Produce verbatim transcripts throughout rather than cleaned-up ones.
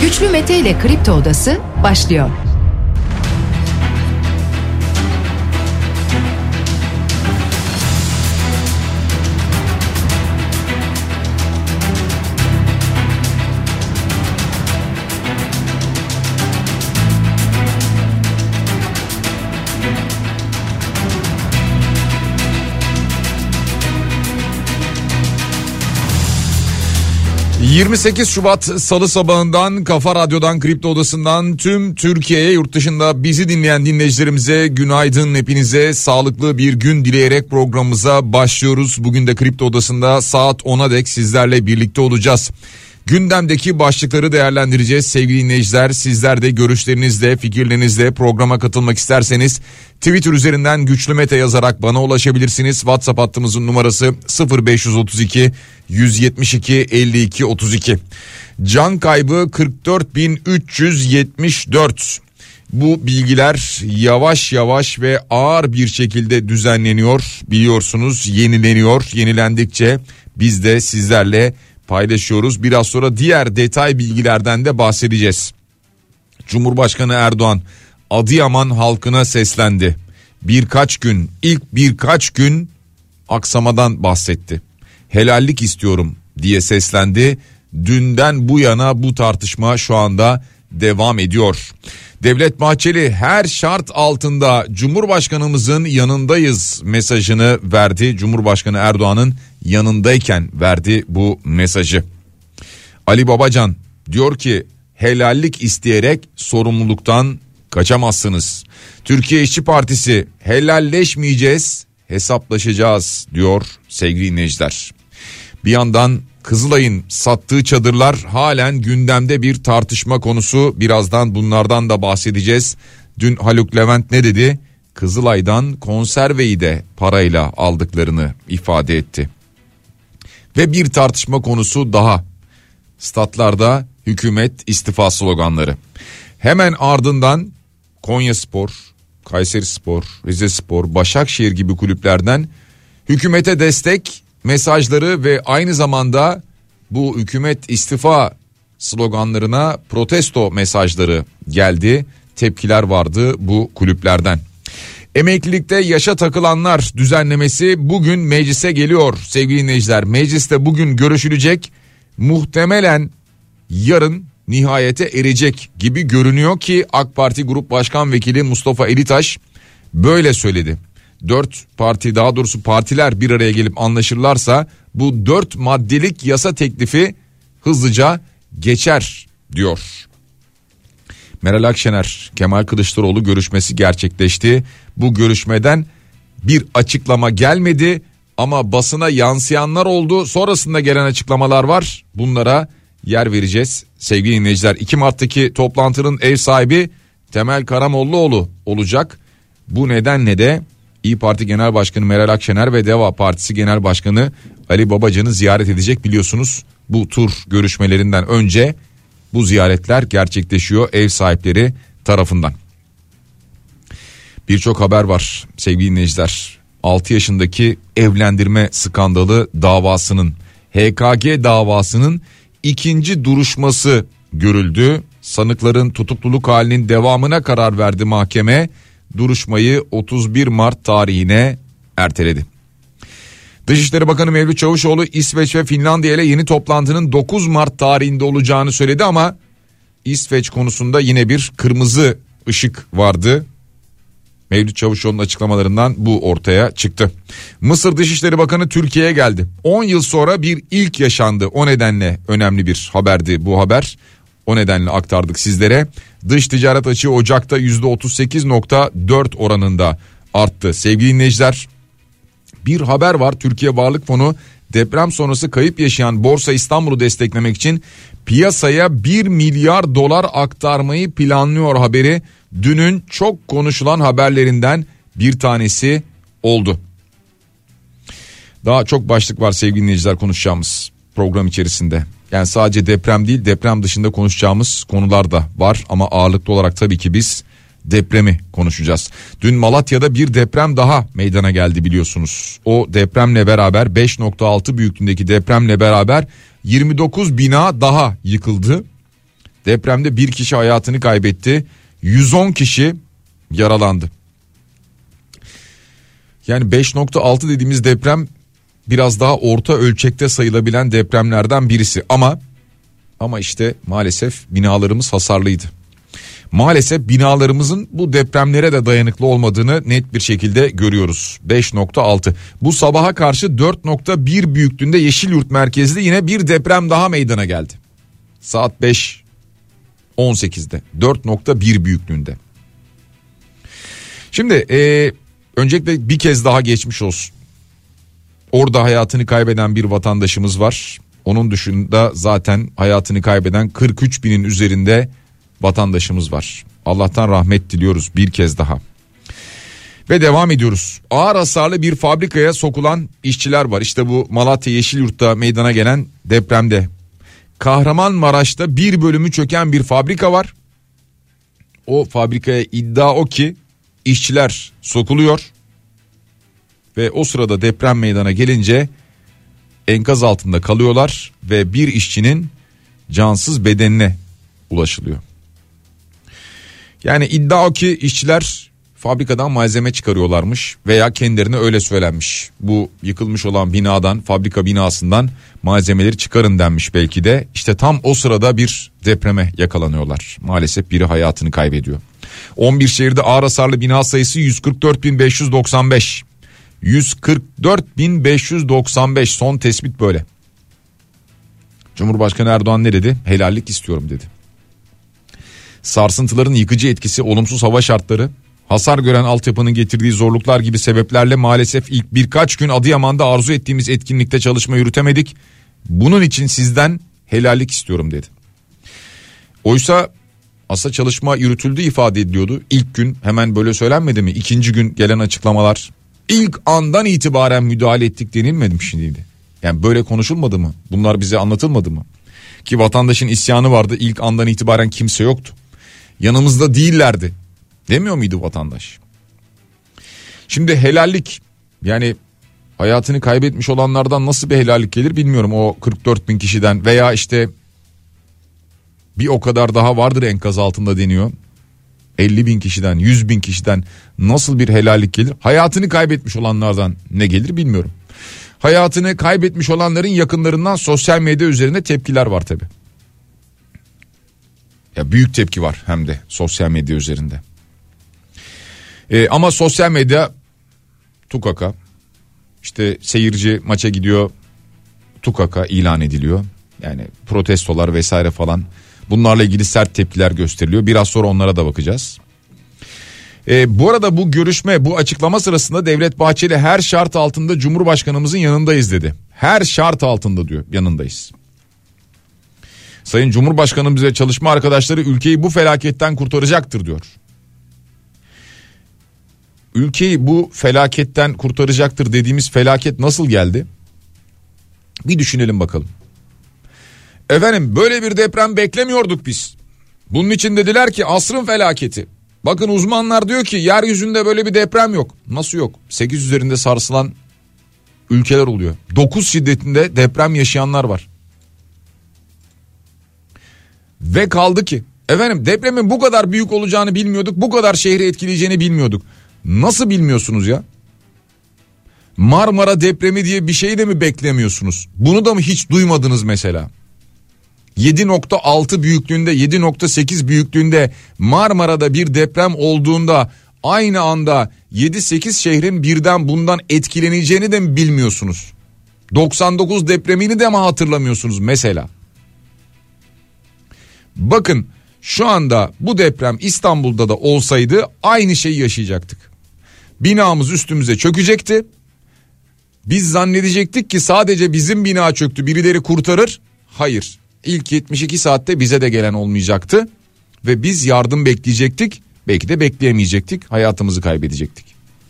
Güçlü Mete ile Kripto Odası başlıyor. yirmi sekiz Şubat Salı sabahından Kafa Radyo'dan, Kripto Odası'ndan tüm Türkiye'ye, yurt dışında bizi dinleyen dinleyicilerimize günaydın, hepinize sağlıklı bir gün dileyerek programımıza başlıyoruz. Bugün de Kripto Odası'nda saat ona dek sizlerle birlikte olacağız. Gündemdeki başlıkları değerlendireceğiz sevgili dinleyiciler. Sizler de görüşlerinizle, fikirlerinizle programa katılmak isterseniz Twitter üzerinden Güçlü Mete yazarak bana ulaşabilirsiniz. WhatsApp hattımızın numarası sıfır beş otuz iki yüz yetmiş iki elli iki otuz iki. Can kaybı kırk dört bin üç yüz yetmiş dört. Bu bilgiler yavaş yavaş ve ağır bir şekilde düzenleniyor. Biliyorsunuz, yenileniyor. Yenilendikçe biz de sizlerle paylaşıyoruz. Biraz sonra diğer detay bilgilerden de bahsedeceğiz. Cumhurbaşkanı Erdoğan Adıyaman halkına seslendi. Birkaç gün, ilk birkaç gün aksamadan bahsetti. Helallik istiyorum diye seslendi. Dünden bu yana bu tartışma şu anda devam ediyor. Devlet Bahçeli her şart altında Cumhurbaşkanımızın yanındayız mesajını verdi. Cumhurbaşkanı Erdoğan'ın yanındayken verdi bu mesajı. Ali Babacan diyor ki helallik isteyerek sorumluluktan kaçamazsınız. Türkiye İşçi Partisi helalleşmeyeceğiz, hesaplaşacağız diyor sevgili dinleyiciler. Bir yandan Kızılay'ın sattığı çadırlar halen gündemde bir tartışma konusu. Birazdan bunlardan da bahsedeceğiz. Dün Haluk Levent ne dedi? Kızılay'dan konserveyi de parayla aldıklarını ifade etti. Ve bir tartışma konusu daha. Statlarda hükümet istifa sloganları. Hemen ardından Konyaspor, Kayserispor, Rizespor, Başakşehir gibi kulüplerden hükümete destek mesajları ve aynı zamanda bu hükümet istifa sloganlarına protesto mesajları geldi. Tepkiler vardı bu kulüplerden. Emeklilikte yaşa takılanlar düzenlemesi bugün meclise geliyor sevgili dinleyiciler. Mecliste bugün görüşülecek, muhtemelen yarın nihayete erecek gibi görünüyor ki AK Parti Grup Başkan Vekili Mustafa Elitaş böyle söyledi. Dört parti, daha doğrusu partiler bir araya gelip anlaşırlarsa bu dört maddelik yasa teklifi hızlıca geçer diyor. Meral Akşener, Kemal Kılıçdaroğlu görüşmesi gerçekleşti. Bu görüşmeden bir açıklama gelmedi ama basına yansıyanlar oldu. Sonrasında gelen açıklamalar var. Bunlara yer vereceğiz sevgili dinleyiciler. iki Mart'taki toplantının ev sahibi Temel Karamollaoğlu olacak. Bu nedenle de İYİ Parti Genel Başkanı Meral Akşener ve Deva Partisi Genel Başkanı Ali Babacan'ı ziyaret edecek. Biliyorsunuz bu tur görüşmelerinden önce bu ziyaretler gerçekleşiyor ev sahipleri tarafından. Birçok haber var sevgili dinleyiciler. altı yaşındaki evlendirme skandalı davasının, H K G davasının ikinci duruşması görüldü. Sanıkların tutukluluk halinin devamına karar verdi mahkeme. Duruşmayı otuz bir Mart tarihine erteledi. Dışişleri Bakanı Mevlüt Çavuşoğlu İsveç ve Finlandiya ile yeni toplantının dokuz Mart tarihinde olacağını söyledi ama İsveç konusunda yine bir kırmızı ışık vardı. Mevlüt Çavuşoğlu'nun açıklamalarından bu ortaya çıktı. Mısır Dışişleri Bakanı Türkiye'ye geldi. on yıl sonra bir ilk yaşandı. O nedenle önemli bir haberdi bu haber. O nedenle aktardık sizlere. Dış ticaret açığı Ocak'ta yüzde otuz sekiz nokta dört oranında arttı. Sevgili dinleyiciler, bir haber var. Türkiye Varlık Fonu deprem sonrası kayıp yaşayan Borsa İstanbul'u desteklemek için piyasaya bir milyar dolar aktarmayı planlıyor haberi. Dünün çok konuşulan haberlerinden bir tanesi oldu. Daha çok başlık var sevgili dinleyiciler konuşacağımız program içerisinde. Yani sadece deprem değil, deprem dışında konuşacağımız konular da var ama ağırlıklı olarak tabii ki biz depremi konuşacağız. Dün Malatya'da bir deprem daha meydana geldi biliyorsunuz. O depremle beraber beş nokta altı büyüklüğündeki depremle beraber yirmi dokuz bina daha yıkıldı. Depremde bir kişi hayatını kaybetti. yüz on kişi yaralandı. Yani beş nokta altı dediğimiz deprem biraz daha orta ölçekte sayılabilen depremlerden birisi. Ama ama işte maalesef binalarımız hasarlıydı. Maalesef binalarımızın bu depremlere de dayanıklı olmadığını net bir şekilde görüyoruz. beş nokta altı. Bu sabaha karşı dört nokta bir büyüklüğünde Yeşilyurt merkezli yine bir deprem daha meydana geldi. Saat beş on sekizde dört nokta bir büyüklüğünde. Şimdi e, öncelikle bir kez daha geçmiş olsun. Orada hayatını kaybeden bir vatandaşımız var. Onun dışında zaten hayatını kaybeden kırk üç binin üzerinde vatandaşımız var. Allah'tan rahmet diliyoruz bir kez daha. Ve devam ediyoruz. Ağır hasarlı bir fabrikaya sokulan işçiler var. İşte bu Malatya Yeşilyurt'ta meydana gelen depremde. Kahramanmaraş'ta bir bölümü çöken bir fabrika var. O fabrikaya iddia o ki işçiler sokuluyor. Ve o sırada deprem meydana gelince enkaz altında kalıyorlar ve bir işçinin cansız bedenine ulaşılıyor. Yani iddia o ki işçiler fabrikadan malzeme çıkarıyorlarmış veya kendilerine öyle söylenmiş. Bu yıkılmış olan binadan, fabrika binasından malzemeleri çıkarın denmiş belki de. İşte tam o sırada bir depreme yakalanıyorlar. Maalesef biri hayatını kaybediyor. on bir şehirde ağır hasarlı bina sayısı yüz kırk dört bin beş yüz doksan beş. yüz kırk dört bin beş yüz doksan beş son tespit böyle. Cumhurbaşkanı Erdoğan ne dedi? Helallik istiyorum dedi. Sarsıntıların yıkıcı etkisi, olumsuz hava şartları, hasar gören altyapının getirdiği zorluklar gibi sebeplerle maalesef ilk birkaç gün Adıyaman'da arzu ettiğimiz etkinlikte çalışma yürütemedik. Bunun için sizden helallik istiyorum dedi. Oysa aslında çalışma yürütüldüğü ifade ediliyordu. İlk gün hemen böyle söylenmedi mi? İkinci gün gelen açıklamalar, ilk andan itibaren müdahale ettik denilmedi mi şimdiydi? Yani böyle konuşulmadı mı? Bunlar bize anlatılmadı mı? Ki vatandaşın isyanı vardı, ilk andan itibaren kimse yoktu. Yanımızda değillerdi demiyor muydu vatandaş? Şimdi helallik, yani hayatını kaybetmiş olanlardan nasıl bir helallik gelir bilmiyorum, o kırk dört bin kişiden veya işte bir o kadar daha vardır enkaz altında deniyor. elli bin kişiden, yüz bin kişiden nasıl bir helallik gelir? Hayatını kaybetmiş olanlardan ne gelir bilmiyorum. Hayatını kaybetmiş olanların yakınlarından sosyal medya üzerinde tepkiler var tabii. Ya büyük tepki var hem de sosyal medya üzerinde. Ee, ama sosyal medya tukaka, işte seyirci maça gidiyor, tukaka ilan ediliyor. Yani protestolar vesaire falan, bunlarla ilgili sert tepkiler gösteriliyor. Biraz sonra onlara da bakacağız. Ee, bu arada bu görüşme, bu açıklama sırasında Devlet Bahçeli her şart altında Cumhurbaşkanımızın yanındayız dedi. Her şart altında diyor, yanındayız. Sayın Cumhurbaşkanımız ve çalışma arkadaşları ülkeyi bu felaketten kurtaracaktır diyor. Ülkeyi bu felaketten kurtaracaktır dediğimiz felaket nasıl geldi? Bir düşünelim bakalım. Efendim böyle bir deprem beklemiyorduk biz. Bunun için dediler ki asrın felaketi. Bakın uzmanlar diyor ki yeryüzünde böyle bir deprem yok. Nasıl yok? sekiz üzerinde sarsılan ülkeler oluyor. dokuz şiddetinde deprem yaşayanlar var. Ve kaldı ki efendim depremin bu kadar büyük olacağını bilmiyorduk. Bu kadar şehri etkileyeceğini bilmiyorduk. Nasıl bilmiyorsunuz ya? Marmara depremi diye bir şey de mi beklemiyorsunuz? Bunu da mı hiç duymadınız mesela? yedi nokta altı büyüklüğünde, yedi nokta sekiz büyüklüğünde Marmara'da bir deprem olduğunda aynı anda yedi sekiz şehrin birden bundan etkileneceğini de mi bilmiyorsunuz? doksan dokuz depremini de mi hatırlamıyorsunuz mesela? Bakın şu anda bu deprem İstanbul'da da olsaydı aynı şeyi yaşayacaktık. Binamız üstümüze çökecekti. Biz zannedecektik ki sadece bizim bina çöktü, birileri kurtarır. Hayır, ilk yetmiş iki saatte bize de gelen olmayacaktı. Ve biz yardım bekleyecektik, belki de bekleyemeyecektik, hayatımızı kaybedecektik.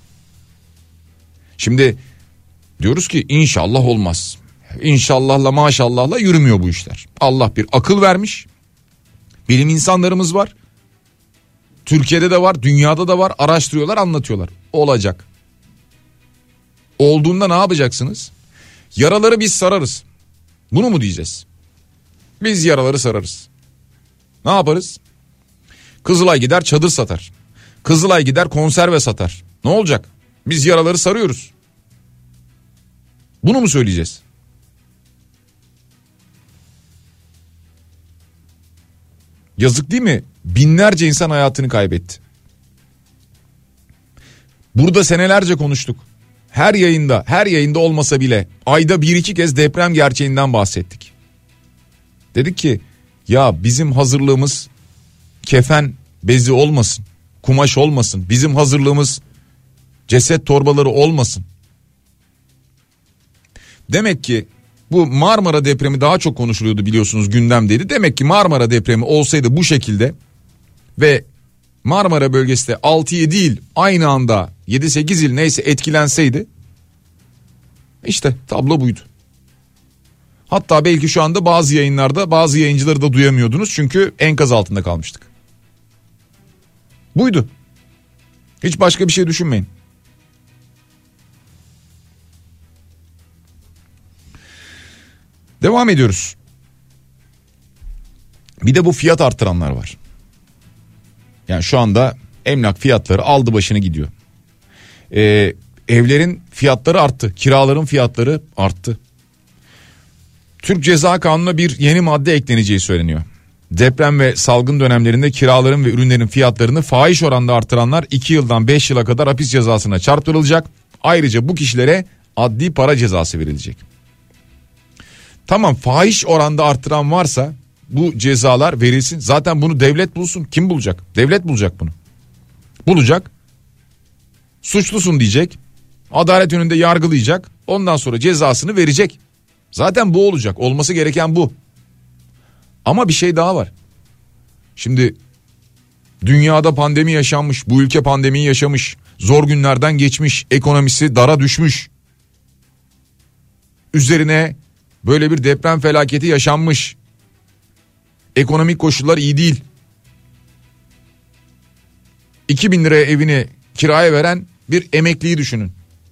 Şimdi diyoruz ki inşallah olmaz. İnşallahla maşallahla yürümüyor bu işler. Allah bir akıl vermiş. Bilim insanlarımız var. Türkiye'de de var, dünyada da var. Araştırıyorlar, anlatıyorlar. Olacak. Olduğunda ne yapacaksınız? Yaraları biz sararız. Bunu mu diyeceğiz? Biz yaraları sararız. Ne yaparız? Kızılay gider çadır satar. Kızılay gider konserve satar. Ne olacak? Biz yaraları sarıyoruz. Bunu mu söyleyeceğiz? Yazık değil mi? Binlerce insan hayatını kaybetti. Burada senelerce konuştuk. Her yayında, her yayında olmasa bile ayda bir iki kez deprem gerçeğinden bahsettik. Dedik ki ya bizim hazırlığımız kefen bezi olmasın, kumaş olmasın. Bizim hazırlığımız ceset torbaları olmasın. Demek ki bu Marmara depremi daha çok konuşuluyordu, biliyorsunuz, gündemdeydi. Demek ki Marmara depremi olsaydı bu şekilde ve Marmara bölgesi de altı yedi il aynı anda, yedi sekiz il neyse etkilenseydi, işte tablo buydu. Hatta belki şu anda bazı yayınlarda bazı yayıncıları da duyamıyordunuz çünkü enkaz altında kalmıştık. Buydu. Hiç başka bir şey düşünmeyin. Devam ediyoruz. Bir de bu fiyat artıranlar var. Yani şu anda emlak fiyatları aldı başını gidiyor. Ee, evlerin fiyatları arttı. Kiraların fiyatları arttı. Türk Ceza Kanunu'na bir yeni madde ekleneceği söyleniyor. Deprem ve salgın dönemlerinde kiraların ve ürünlerin fiyatlarını fahiş oranda artıranlar iki yıldan beş yıla kadar hapis cezasına çarptırılacak. Ayrıca bu kişilere adli para cezası verilecek. Tamam, fahiş oranda artıran varsa bu cezalar verilsin. Zaten bunu devlet bulsun. Kim bulacak? Devlet bulacak bunu. Bulacak. Suçlusun diyecek. Adalet önünde yargılayacak. Ondan sonra cezasını verecek. Zaten bu olacak. Olması gereken bu. Ama bir şey daha var. Şimdi dünyada pandemi yaşanmış. Bu ülke pandemiyi yaşamış. Zor günlerden geçmiş. Ekonomisi dara düşmüş. Üzerine böyle bir deprem felaketi yaşanmış. Ekonomik koşullar iyi değil. iki bin liraya evini kiraya veren bir emekliyi düşünün.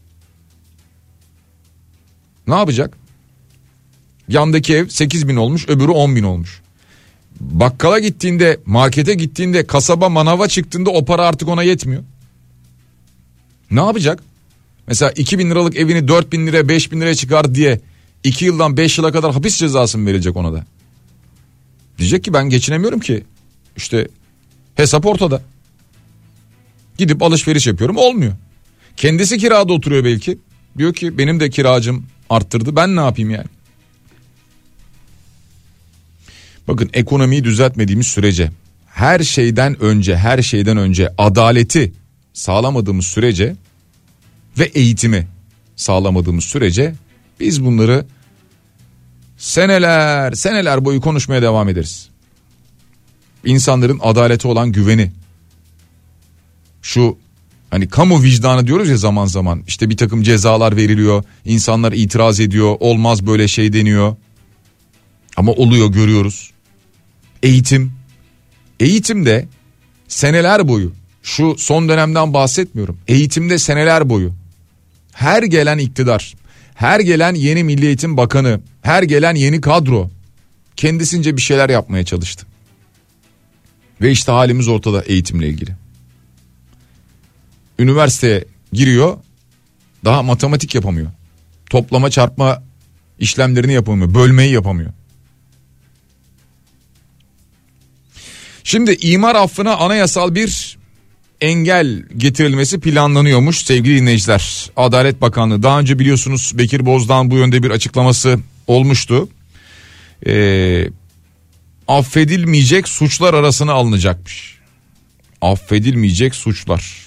Ne yapacak? Yandaki ev sekiz bin olmuş, öbürü on bin olmuş. Bakkala gittiğinde, markete gittiğinde, kasaba, manava çıktığında o para artık ona yetmiyor. Ne yapacak? Mesela iki bin liralık evini dört bin liraya, beş bin liraya çıkar diye iki yıldan beş yıla kadar hapis cezası mı verilecek ona da? Diyecek ki ben geçinemiyorum ki. İşte hesap ortada. Gidip alışveriş yapıyorum, olmuyor. Kendisi kirada oturuyor belki. Diyor ki benim de kiracım arttırdı, ben ne yapayım yani? Bakın, ekonomiyi düzeltmediğimiz sürece, her şeyden önce her şeyden önce adaleti sağlamadığımız sürece ve eğitimi sağlamadığımız sürece biz bunları seneler seneler boyu konuşmaya devam ederiz. İnsanların adalete olan güveni, şu hani kamu vicdanı diyoruz ya zaman zaman, işte bir takım cezalar veriliyor, insanlar itiraz ediyor, olmaz böyle şey deniyor ama oluyor, görüyoruz. Eğitim, eğitimde seneler boyu, şu son dönemden bahsetmiyorum, eğitimde seneler boyu her gelen iktidar, her gelen yeni Milli Eğitim Bakanı, her gelen yeni kadro kendisince bir şeyler yapmaya çalıştı. Ve işte halimiz ortada eğitimle ilgili. Üniversiteye giriyor, daha matematik yapamıyor. Toplama çarpma işlemlerini yapamıyor, bölmeyi yapamıyor. Şimdi imar affına anayasal bir engel getirilmesi planlanıyormuş sevgili dinleyiciler. Adalet Bakanlığı, daha önce biliyorsunuz Bekir Bozdağ'ın bu yönde bir açıklaması olmuştu. Ee, affedilmeyecek suçlar arasına alınacakmış. Affedilmeyecek suçlar.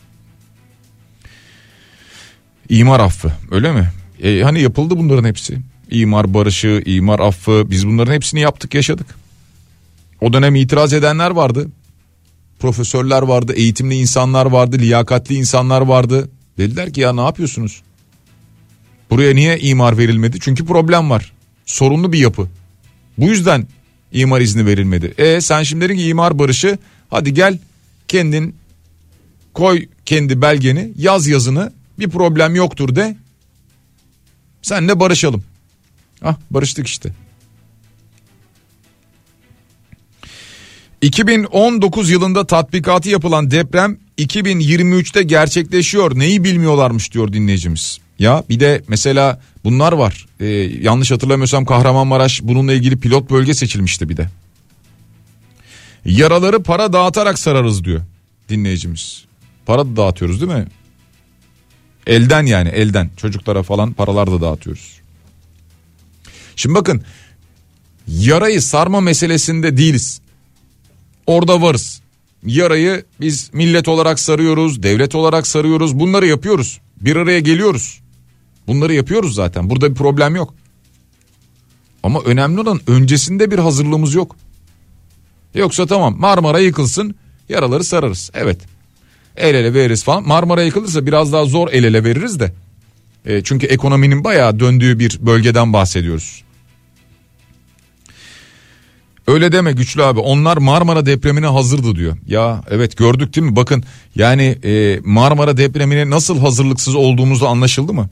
İmar affı, öyle mi? E, hani yapıldı bunların hepsi. İmar barışı, imar affı, biz bunların hepsini yaptık, yaşadık. O dönem itiraz edenler vardı. Profesörler vardı, eğitimli insanlar vardı, liyakatli insanlar vardı. Dediler ki ya ne yapıyorsunuz? Buraya niye imar verilmedi? Çünkü problem var. Sorunlu bir yapı. Bu yüzden imar izni verilmedi. E sen şimdi dedin ki imar barışı, hadi gel kendin koy kendi belgeni, yaz yazını, bir problem yoktur de. Senle barışalım. Ah, barıştık işte. iki bin on dokuz yılında tatbikatı yapılan deprem iki bin yirmi üçte gerçekleşiyor. Neyi bilmiyorlarmış diyor dinleyicimiz. Ya bir de mesela bunlar var. Ee, yanlış hatırlamıyorsam Kahramanmaraş bununla ilgili pilot bölge seçilmişti bir de. Yaraları para dağıtarak sararız diyor dinleyicimiz. Para da dağıtıyoruz değil mi? Elden yani elden. Çocuklara falan paralar da dağıtıyoruz. Şimdi bakın, yarayı sarma meselesinde değiliz. Orada varız. Yarayı biz millet olarak sarıyoruz, devlet olarak sarıyoruz. Bunları yapıyoruz. Bir araya geliyoruz. Bunları yapıyoruz zaten. Burada bir problem yok. Ama önemli olan öncesinde bir hazırlığımız yok. Yoksa tamam, Marmara yıkılsın, yaraları sararız. Evet. El ele veririz falan. Marmara yıkılırsa biraz daha zor el ele veririz de. E, çünkü ekonominin bayağı döndüğü bir bölgeden bahsediyoruz. Öyle deme Güçlü abi, onlar Marmara depremine hazırdı diyor. Ya evet, gördük değil mi? Bakın yani e, Marmara depremine nasıl hazırlıksız olduğumuzu anlaşıldı mı?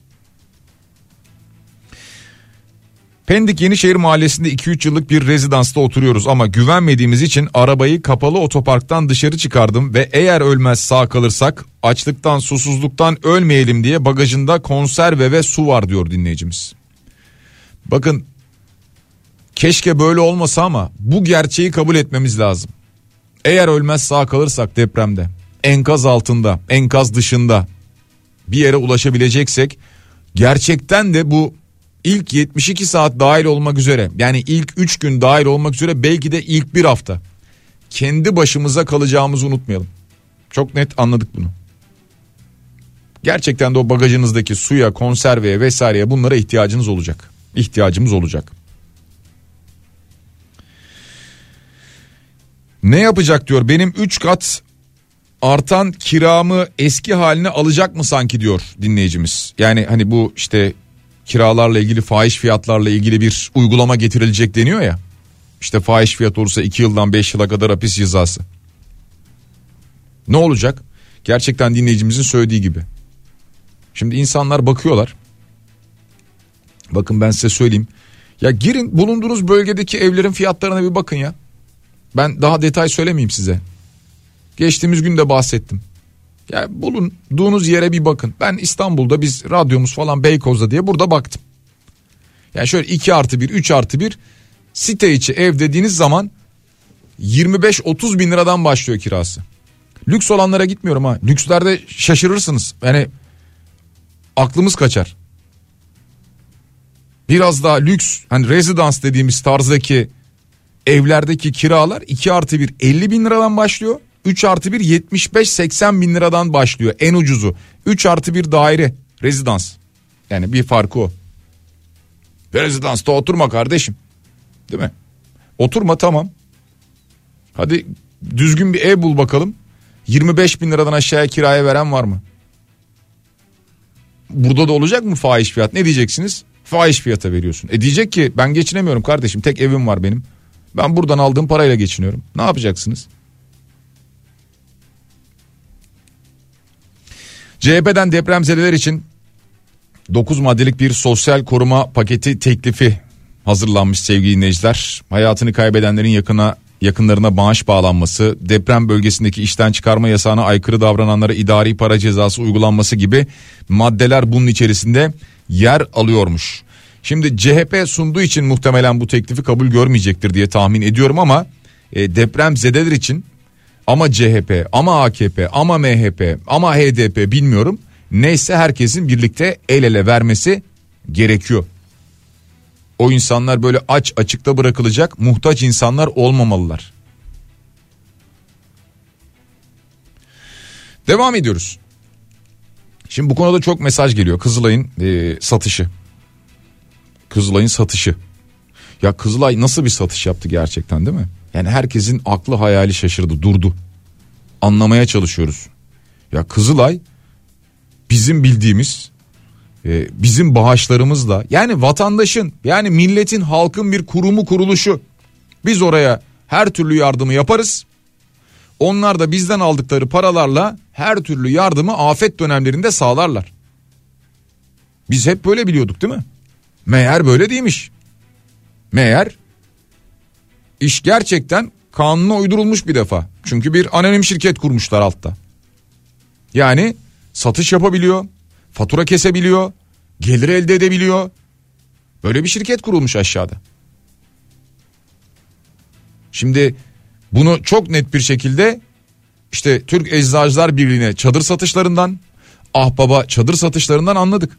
Pendik Yenişehir Mahallesi'nde iki üç yıllık bir rezidansta oturuyoruz ama güvenmediğimiz için arabayı kapalı otoparktan dışarı çıkardım ve eğer ölmez sağ kalırsak açlıktan susuzluktan ölmeyelim diye bagajında konserve ve su var diyor dinleyicimiz. Bakın, keşke böyle olmasa ama bu gerçeği kabul etmemiz lazım. Eğer ölmez sağ kalırsak depremde, enkaz altında, enkaz dışında bir yere ulaşabileceksek, gerçekten de bu İlk yetmiş iki saat dahil olmak üzere, yani ilk üç gün dahil olmak üzere, belki de ilk bir hafta kendi başımıza kalacağımızı unutmayalım. Çok net anladık bunu. Gerçekten de o bagajınızdaki suya, konserveye vesaireye, bunlara ihtiyacınız olacak. İhtiyacımız olacak. Ne yapacak diyor, benim üç kat artan kiramı eski haline alacak mı sanki diyor dinleyicimiz. Yani hani bu işte kiralarla ilgili, fahiş fiyatlarla ilgili bir uygulama getirilecek deniyor ya. İşte fahiş fiyat olursa iki yıldan beş yıla kadar hapis cezası. Ne olacak? Gerçekten dinleyicimizin söylediği gibi. Şimdi insanlar bakıyorlar. Bakın ben size söyleyeyim. Ya girin bulunduğunuz bölgedeki evlerin fiyatlarına bir bakın ya. Ben daha detay söylemeyeyim size. Geçtiğimiz gün de bahsettim. Ya bulunduğunuz yere bir bakın. Ben İstanbul'da, biz radyomuz falan Beykoz'da diye burada baktım. Yani şöyle iki artı bir, üç artı bir site içi ev dediğiniz zaman yirmi beş otuz bin liradan başlıyor kirası. Lüks olanlara gitmiyorum ha. Lükslerde şaşırırsınız. Yani aklımız kaçar. Biraz daha lüks, hani rezidans dediğimiz tarzdaki evlerdeki kiralar iki artı bir elli bin liradan başlıyor. üç artı bir yetmiş beş seksen bin liradan başlıyor en ucuzu. üç artı bir daire rezidans. Yani bir farkı o. Rezidansta oturma kardeşim. Değil mi? Oturma, tamam. Hadi düzgün bir ev bul bakalım. yirmi beş bin liradan aşağıya kiraya veren var mı? Burada da olacak mı fahiş fiyat? Ne diyeceksiniz? Fahiş fiyata veriyorsun. E diyecek ki ben geçinemiyorum kardeşim. Tek evim var benim. Ben buradan aldığım parayla geçiniyorum. Ne yapacaksınız? C H P'den depremzedeler için dokuz maddelik bir sosyal koruma paketi teklifi hazırlanmış sevgili dinleyiciler. Hayatını kaybedenlerin yakına yakınlarına bağış bağlanması, deprem bölgesindeki işten çıkarma yasağına aykırı davrananlara idari para cezası uygulanması gibi maddeler bunun içerisinde yer alıyormuş. Şimdi C H P sunduğu için muhtemelen bu teklifi kabul görmeyecektir diye tahmin ediyorum ama e, depremzedeler için, ama C H P, ama A K P, ama M H P, ama H D P bilmiyorum. Neyse herkesin birlikte el ele vermesi gerekiyor. O insanlar böyle aç açıkta bırakılacak muhtaç insanlar olmamalılar. Devam ediyoruz. Şimdi bu konuda çok mesaj geliyor. Kızılay'ın e, satışı. Kızılay'ın satışı. Ya Kızılay nasıl bir satış yaptı gerçekten, değil mi? Yani herkesin aklı hayali şaşırdı, durdu. Anlamaya çalışıyoruz. Ya Kızılay bizim bildiğimiz, e, bizim bağışlarımızla, yani vatandaşın, yani milletin, halkın bir kurumu, kuruluşu. Biz oraya her türlü yardımı yaparız. Onlar da bizden aldıkları paralarla her türlü yardımı afet dönemlerinde sağlarlar. Biz hep böyle biliyorduk değil mi? Meğer böyle değilmiş. Meğer iş gerçekten kanuna uydurulmuş bir defa. Çünkü bir anonim şirket kurmuşlar altta. Yani satış yapabiliyor, fatura kesebiliyor, gelir elde edebiliyor. Böyle bir şirket kurulmuş aşağıda. Şimdi bunu çok net bir şekilde işte Türk Eczacılar Birliği'ne çadır satışlarından, Ahbap'a çadır satışlarından anladık.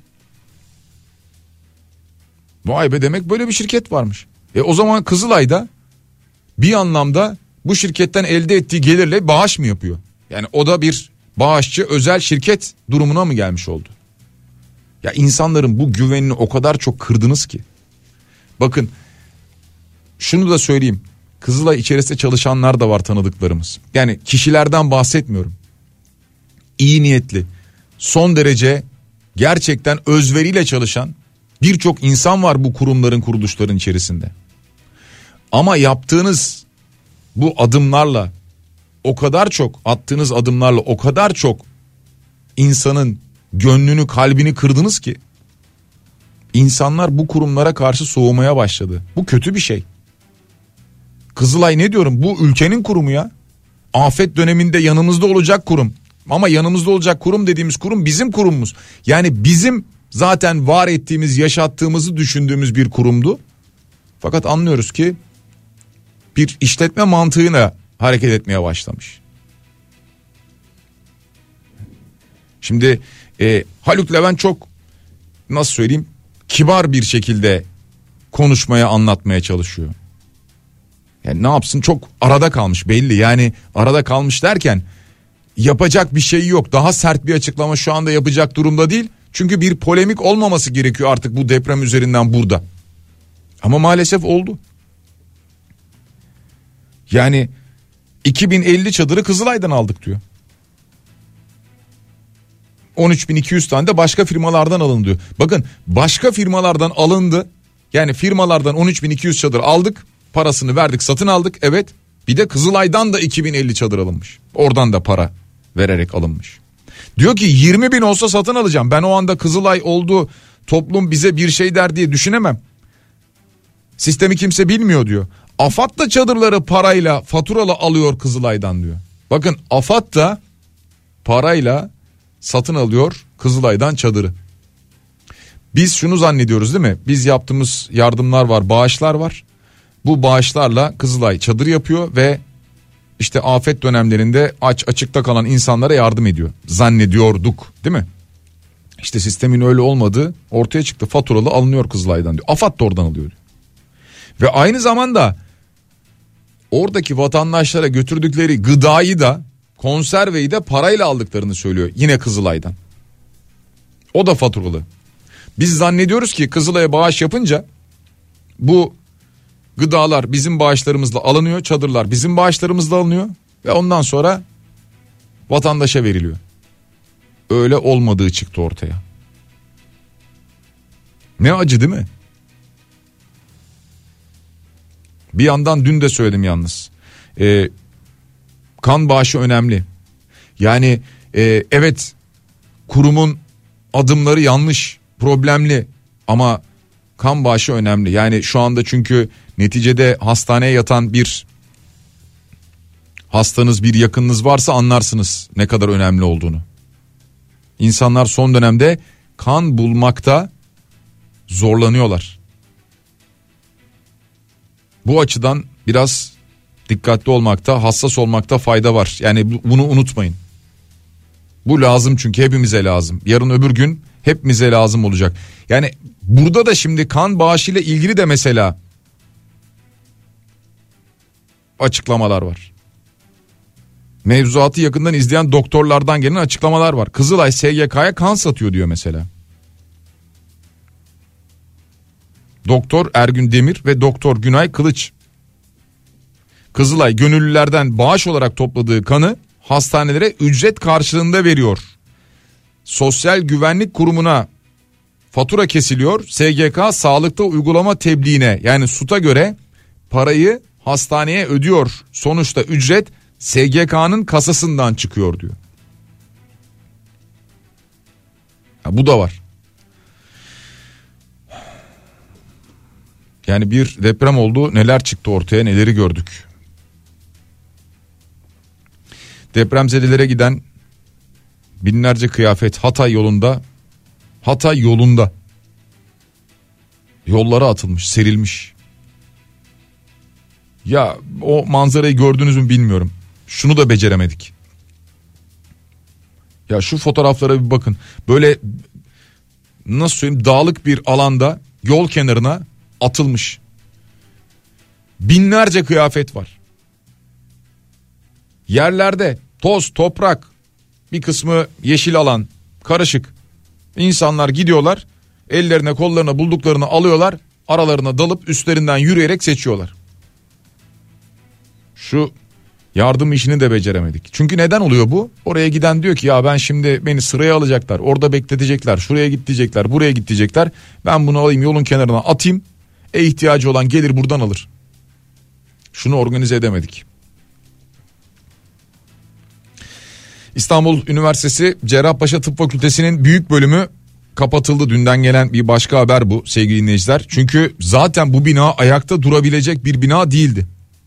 Vay be, demek böyle bir şirket varmış. E o zaman Kızılay'da bir anlamda bu şirketten elde ettiği gelirle bağış mı yapıyor? Yani o da bir bağışçı özel şirket durumuna mı gelmiş oldu? Ya insanların bu güvenini o kadar çok kırdınız ki. Bakın şunu da söyleyeyim. Kızılay içerisinde çalışanlar da var, tanıdıklarımız. Yani kişilerden bahsetmiyorum. İyi niyetli, son derece gerçekten özveriyle çalışan birçok insan var bu kurumların, kuruluşların içerisinde. Ama yaptığınız bu adımlarla, o kadar çok attığınız adımlarla o kadar çok insanın gönlünü, kalbini kırdınız ki insanlar bu kurumlara karşı soğumaya başladı. Bu kötü bir şey. Kızılay, ne diyorum, bu ülkenin kurumu ya. Afet döneminde yanımızda olacak kurum. Ama yanımızda olacak kurum dediğimiz kurum bizim kurumumuz. Yani bizim zaten var ettiğimiz, yaşattığımızı düşündüğümüz bir kurumdu. Fakat anlıyoruz ki bir işletme mantığına hareket etmeye başlamış. Şimdi e, Haluk Levent çok, nasıl söyleyeyim, kibar bir şekilde konuşmaya, anlatmaya çalışıyor. Yani ne yapsın, çok arada kalmış belli. Yani arada kalmış derken yapacak bir şey yok. Daha sert bir açıklama şu anda yapacak durumda değil. Çünkü bir polemik olmaması gerekiyor artık bu deprem üzerinden burada. Ama maalesef oldu. Yani iki bin elli çadırı Kızılay'dan aldık diyor. on üç bin iki yüz tane de başka firmalardan alındı diyor. Bakın, başka firmalardan alındı. Yani firmalardan on üç bin iki yüz çadır aldık. Parasını verdik, satın aldık, evet. Bir de Kızılay'dan da iki bin elli çadır alınmış. Oradan da para vererek alınmış. Diyor ki yirmi bin olsa satın alacağım. Ben o anda Kızılay oldu, toplum bize bir şey der diye düşünemem. Sistemi kimse bilmiyor diyor. AFAD da çadırları parayla, faturalı alıyor Kızılay'dan diyor. Bakın, AFAD da parayla satın alıyor Kızılay'dan çadırı. Biz şunu zannediyoruz değil mi? Biz yaptığımız yardımlar var, bağışlar var. Bu bağışlarla Kızılay çadır yapıyor ve işte afet dönemlerinde aç açıkta kalan insanlara yardım ediyor. Zannediyorduk değil mi? İşte sistemin öyle olmadığı ortaya çıktı. Faturalı alınıyor Kızılay'dan diyor. AFAD da oradan alıyor diyor. Ve aynı zamanda oradaki vatandaşlara götürdükleri gıdayı da, konserveyi de parayla aldıklarını söylüyor. Yine Kızılay'dan. O da faturalı. Biz zannediyoruz ki Kızılay'a bağış yapınca bu gıdalar bizim bağışlarımızla alınıyor, çadırlar bizim bağışlarımızla alınıyor ve ondan sonra vatandaşa veriliyor. Öyle olmadığı çıktı ortaya. Ne acı değil mi? Bir yandan dün de söyledim yalnız. Ee, kan bağışı önemli. Yani e, evet, kurumun adımları yanlış, problemli ama kan bağışı önemli. Yani şu anda çünkü neticede hastaneye yatan bir hastanız, bir yakınınız varsa anlarsınız ne kadar önemli olduğunu. İnsanlar son dönemde kan bulmakta zorlanıyorlar. Bu açıdan biraz dikkatli olmakta, hassas olmakta fayda var. Yani bunu unutmayın. Bu lazım, çünkü hepimize lazım. Yarın öbür gün hepimize lazım olacak. Yani burada da şimdi kan bağışıyla ilgili de mesela açıklamalar var. Mevzuatı yakından izleyen doktorlardan gelen açıklamalar var. Kızılay S G K'ya kan satıyor diyor mesela. Doktor Ergün Demir ve Doktor Günay Kılıç. Kızılay gönüllülerden bağış olarak topladığı kanı hastanelere ücret karşılığında veriyor. Sosyal Güvenlik Kurumu'na fatura kesiliyor. S G K sağlıkta uygulama tebliğine, yani SUT'a göre parayı hastaneye ödüyor. Sonuçta ücret S G K'nın kasasından çıkıyor diyor. Ya bu da var. Yani bir deprem oldu, neler çıktı ortaya, neleri gördük. Depremzedelere giden binlerce kıyafet Hatay yolunda, Hatay yolunda yollara atılmış, serilmiş. Ya o manzarayı gördünüz mü bilmiyorum. Şunu da beceremedik. Ya şu fotoğraflara bir bakın. Böyle nasıl söyleyeyim, dağlık bir alanda yol kenarına atılmış. Binlerce kıyafet var. Yerlerde toz, toprak, bir kısmı yeşil alan, karışık. İnsanlar gidiyorlar, ellerine kollarına bulduklarını alıyorlar, aralarına dalıp üstlerinden yürüyerek seçiyorlar. Şu yardım işini de beceremedik. Çünkü neden oluyor bu? Oraya giden diyor ki ya ben şimdi beni sıraya alacaklar, orada bekletecekler, şuraya git diyecekler, buraya git diyecekler. Ben bunu alayım yolun kenarına atayım, e ihtiyacı olan gelir buradan alır. Şunu organize edemedik. İstanbul Üniversitesi Cerrahpaşa Tıp Fakültesi'nin büyük bölümü kapatıldı. Dünden gelen bir başka haber bu sevgili dinleyiciler. Çünkü zaten bu bina ayakta durabilecek bir bina değildi.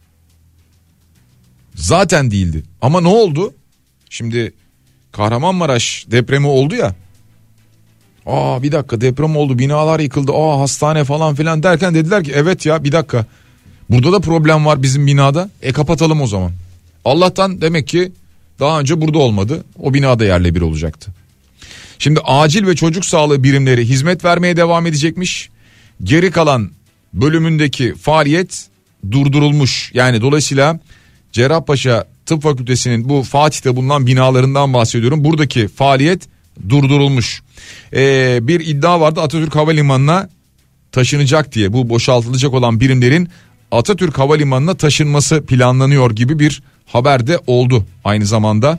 Zaten değildi. Ama ne oldu? Şimdi Kahramanmaraş depremi oldu ya. Aa bir dakika, deprem oldu, binalar yıkıldı, aa hastane falan filan derken dediler ki evet ya bir dakika. Burada da problem var bizim binada. E kapatalım o zaman. Allah'tan demek ki daha önce burada olmadı. O binada yerle bir olacaktı. Şimdi acil ve çocuk sağlığı birimleri hizmet vermeye devam edecekmiş. Geri kalan bölümündeki faaliyet durdurulmuş. Yani dolayısıyla Cerrahpaşa Tıp Fakültesi'nin bu Fatih'te bulunan binalarından bahsediyorum. Buradaki faaliyet durdurulmuş. Ee, bir iddia vardı, Atatürk Havalimanı'na taşınacak diye. Bu boşaltılacak olan birimlerin Atatürk Havalimanı'na taşınması planlanıyor gibi bir haber de oldu aynı zamanda.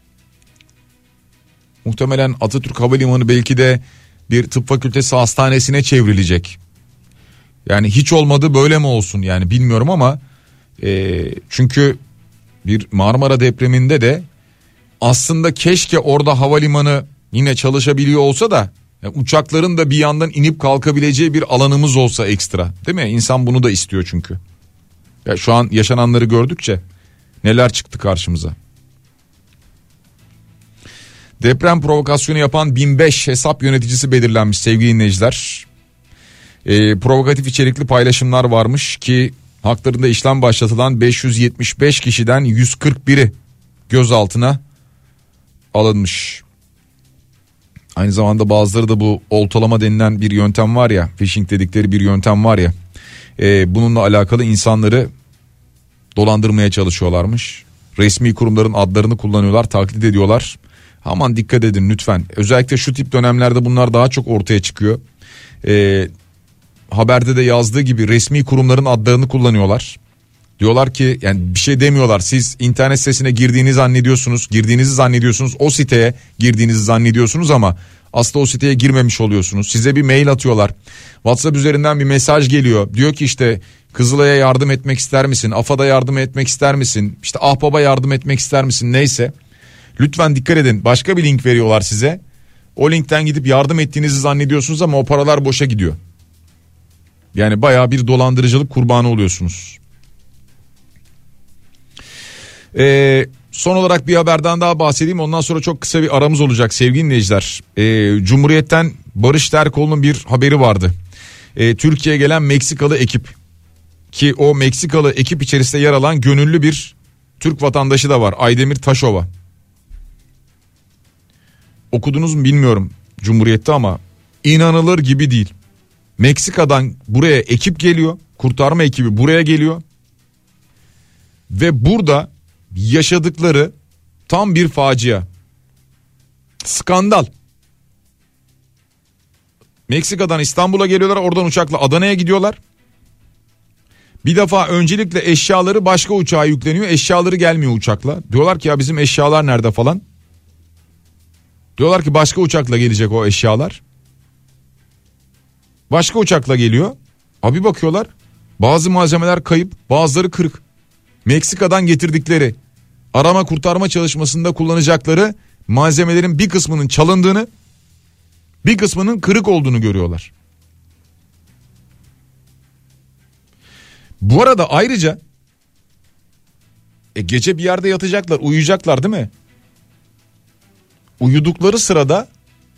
Muhtemelen Atatürk Havalimanı belki de bir tıp fakültesi hastanesine çevrilecek. Yani hiç olmadı böyle mi olsun yani bilmiyorum ama e, çünkü bir Marmara depreminde de aslında keşke orada havalimanı yine çalışabiliyor olsa da yani uçakların da bir yandan inip kalkabileceği bir alanımız olsa ekstra, değil mi? İnsan bunu da istiyor çünkü. Ya şu an yaşananları gördükçe neler çıktı karşımıza. Deprem provokasyonu yapan bin beş hesap yöneticisi belirlenmiş sevgili dinleyiciler. Ee, provokatif içerikli paylaşımlar varmış ki haklarında işlem başlatılan beş yüz yetmiş beş kişiden yüz kırk biri gözaltına alınmış. Aynı zamanda bazıları da bu oltalama denilen bir yöntem var ya, phishing dedikleri bir yöntem var ya, e, bununla alakalı insanları dolandırmaya çalışıyorlarmış. Resmi kurumların adlarını kullanıyorlar, taklit ediyorlar. Aman dikkat edin lütfen. Özellikle şu tip dönemlerde bunlar daha çok ortaya çıkıyor. E, haberde de yazdığı gibi resmi kurumların adlarını kullanıyorlar. Diyorlar ki yani bir şey demiyorlar. Siz internet sitesine girdiğinizi zannediyorsunuz, girdiğinizi zannediyorsunuz, o siteye girdiğinizi zannediyorsunuz ama aslında o siteye girmemiş oluyorsunuz. Size bir mail atıyorlar. WhatsApp üzerinden bir mesaj geliyor. Diyor ki işte Kızılay'a yardım etmek ister misin? AFAD'a yardım etmek ister misin? İşte Ahbap'a yardım etmek ister misin? Neyse. Lütfen dikkat edin. Başka bir link veriyorlar size. O linkten gidip yardım ettiğinizi zannediyorsunuz ama o paralar boşa gidiyor. Yani bayağı bir dolandırıcılık kurbanı oluyorsunuz. Ee, son olarak bir haberden daha bahsedeyim. Ondan sonra çok kısa bir aramız olacak sevgili dinleyiciler. Ee, Cumhuriyet'ten Barış Terkoğlu'nun bir haberi vardı. Ee, Türkiye'ye gelen Meksikalı ekip, ki o Meksikalı ekip içerisinde yer alan gönüllü bir Türk vatandaşı da var, Aydemir Taşova. Okudunuz mu bilmiyorum Cumhuriyet'te ama inanılır gibi değil. Meksika'dan buraya ekip geliyor, kurtarma ekibi buraya geliyor ve burada yaşadıkları tam bir facia, skandal. Meksika'dan İstanbul'a geliyorlar, oradan uçakla Adana'ya gidiyorlar. Bir defa öncelikle eşyaları başka uçağa yükleniyor, eşyaları gelmiyor uçakla. Diyorlar ki ya bizim eşyalar nerede falan. Diyorlar ki başka uçakla gelecek o eşyalar. Başka uçakla geliyor. Abi bakıyorlar bazı malzemeler kayıp, bazıları kırık. Meksika'dan getirdikleri arama kurtarma çalışmasında kullanacakları malzemelerin bir kısmının çalındığını, bir kısmının kırık olduğunu görüyorlar. Bu arada ayrıca E gece bir yerde yatacaklar, uyuyacaklar değil mi? Uyudukları sırada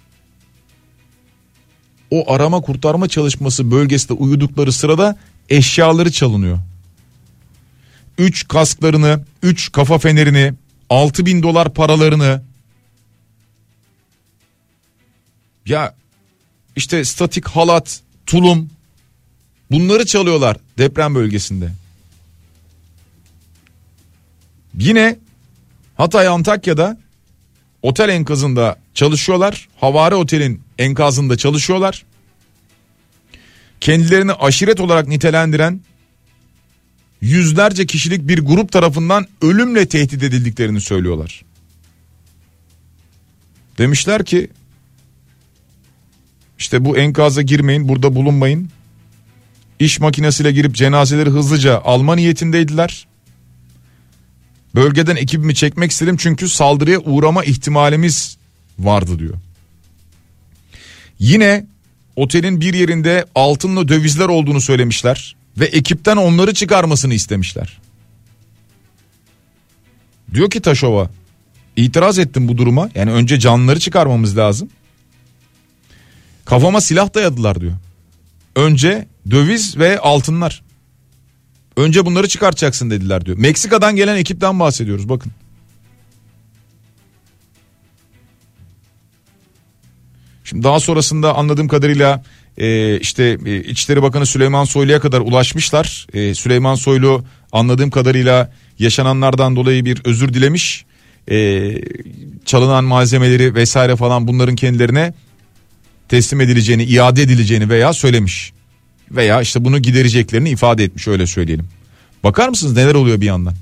o arama kurtarma çalışması bölgesinde uyudukları sırada eşyaları çalınıyor. Üç kasklarını, üç kafa fenerini, altı bin dolar paralarını, ya işte statik halat, tulum, bunları çalıyorlar deprem bölgesinde. Yine Hatay Antakya'da otel enkazında çalışıyorlar. Havari Otel'in enkazında çalışıyorlar. Kendilerini aşiret olarak nitelendiren yüzlerce kişilik bir grup tarafından ölümle tehdit edildiklerini söylüyorlar. Demişler ki işte bu enkaza girmeyin, burada bulunmayın. İş makinesiyle girip cenazeleri hızlıca alma niyetindeydiler. Bölgeden ekibimi çekmek istedim çünkü saldırıya uğrama ihtimalimiz vardı diyor. Yine otelin bir yerinde altınla dövizler olduğunu söylemişler ve ekipten onları çıkarmasını istemişler. Diyor ki Taşova, itiraz ettim bu duruma, yani önce canlıları çıkarmamız lazım. Kafama silah dayadılar diyor. Önce döviz ve altınlar. Önce bunları çıkartacaksın dediler diyor. Meksika'dan gelen ekipten bahsediyoruz bakın. Şimdi daha sonrasında anladığım kadarıyla e, işte e, İçişleri Bakanı Süleyman Soylu'ya kadar ulaşmışlar. E, Süleyman Soylu anladığım kadarıyla yaşananlardan dolayı bir özür dilemiş. E, çalınan malzemeleri vesaire falan bunların kendilerine teslim edileceğini, iade edileceğini veya söylemiş. Veya işte bunu gidereceklerini ifade etmiş, öyle söyleyelim. Bakar mısınız neler oluyor bir yandan?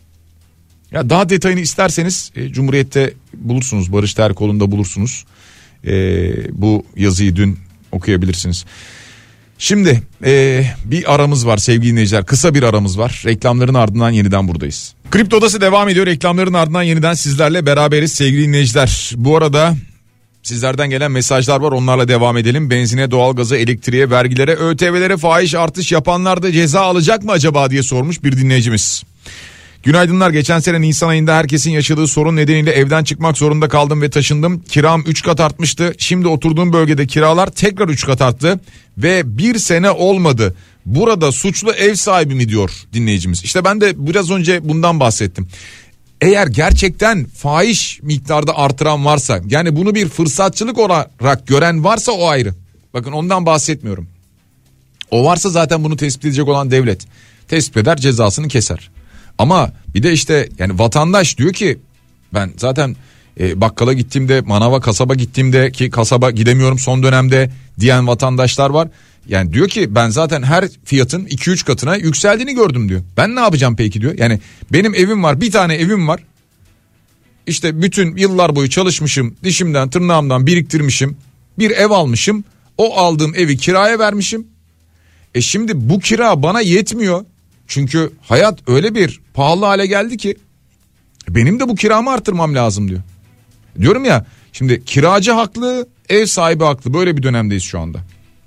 Ya daha detayını isterseniz e, Cumhuriyet'te bulursunuz, Barış Terkoğlu'nda bulursunuz. E, bu yazıyı dün okuyabilirsiniz. Şimdi e, bir aramız var sevgili dinleyiciler, kısa bir aramız var. Reklamların ardından yeniden buradayız. Kripto Odası devam ediyor, reklamların ardından yeniden sizlerle beraberiz sevgili dinleyiciler. Bu arada sizlerden gelen mesajlar var, onlarla devam edelim. Benzine, doğalgaza, elektriğe, vergilere, ÖTV'lere fahiş artış yapanlar da ceza alacak mı acaba diye sormuş bir dinleyicimiz. Günaydınlar, geçen sene Nisan ayında herkesin yaşadığı sorun nedeniyle evden çıkmak zorunda kaldım ve taşındım. Kiram üç kat artmıştı. Şimdi oturduğum bölgede kiralar tekrar üç kat arttı ve bir sene olmadı. Burada suçlu ev sahibi mi diyor dinleyicimiz. İşte ben de biraz önce bundan bahsettim. Eğer gerçekten fahiş miktarda artıran varsa, yani bunu bir fırsatçılık olarak gören varsa o ayrı. Bakın ondan bahsetmiyorum. O varsa zaten bunu tespit edecek olan devlet tespit eder, cezasını keser. Ama bir de işte yani vatandaş diyor ki ben zaten e, bakkala gittiğimde, manava, kasaba gittiğimde, ki kasaba gidemiyorum son dönemde diyen vatandaşlar var. Yani diyor ki ben zaten her fiyatın iki üç katına yükseldiğini gördüm diyor. Ben ne yapacağım peki diyor. Yani benim evim var, bir tane evim var. İşte bütün yıllar boyu çalışmışım, dişimden tırnağımdan biriktirmişim. Bir ev almışım. O aldığım evi kiraya vermişim. E şimdi bu kira bana yetmiyor. Çünkü hayat öyle bir pahalı hale geldi ki benim de bu kiramı artırmam lazım diyor. Diyorum ya, şimdi kiracı haklı, ev sahibi haklı. Böyle bir dönemdeyiz şu anda.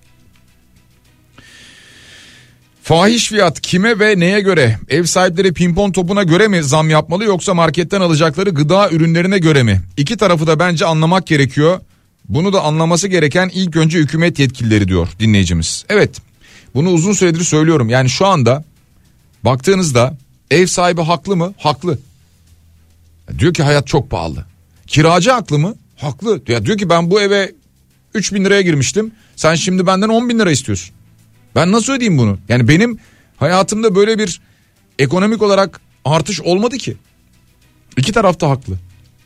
Fahiş fiyat kime ve neye göre? Ev sahipleri pimpon topuna göre mi zam yapmalı, yoksa marketten alacakları gıda ürünlerine göre mi? İki tarafı da bence anlamak gerekiyor. Bunu da anlaması gereken ilk önce hükümet yetkilileri diyor dinleyicimiz. Evet, bunu uzun süredir söylüyorum. Yani şu anda baktığınızda ev sahibi haklı mı? Haklı. Diyor ki hayat çok pahalı. Kiracı haklı mı? Haklı. Ya diyor ki ben bu eve üç bin liraya girmiştim. Sen şimdi benden on bin lira istiyorsun. Ben nasıl ödeyeyim bunu? Yani benim hayatımda böyle bir ekonomik olarak artış olmadı ki. İki taraf da haklı.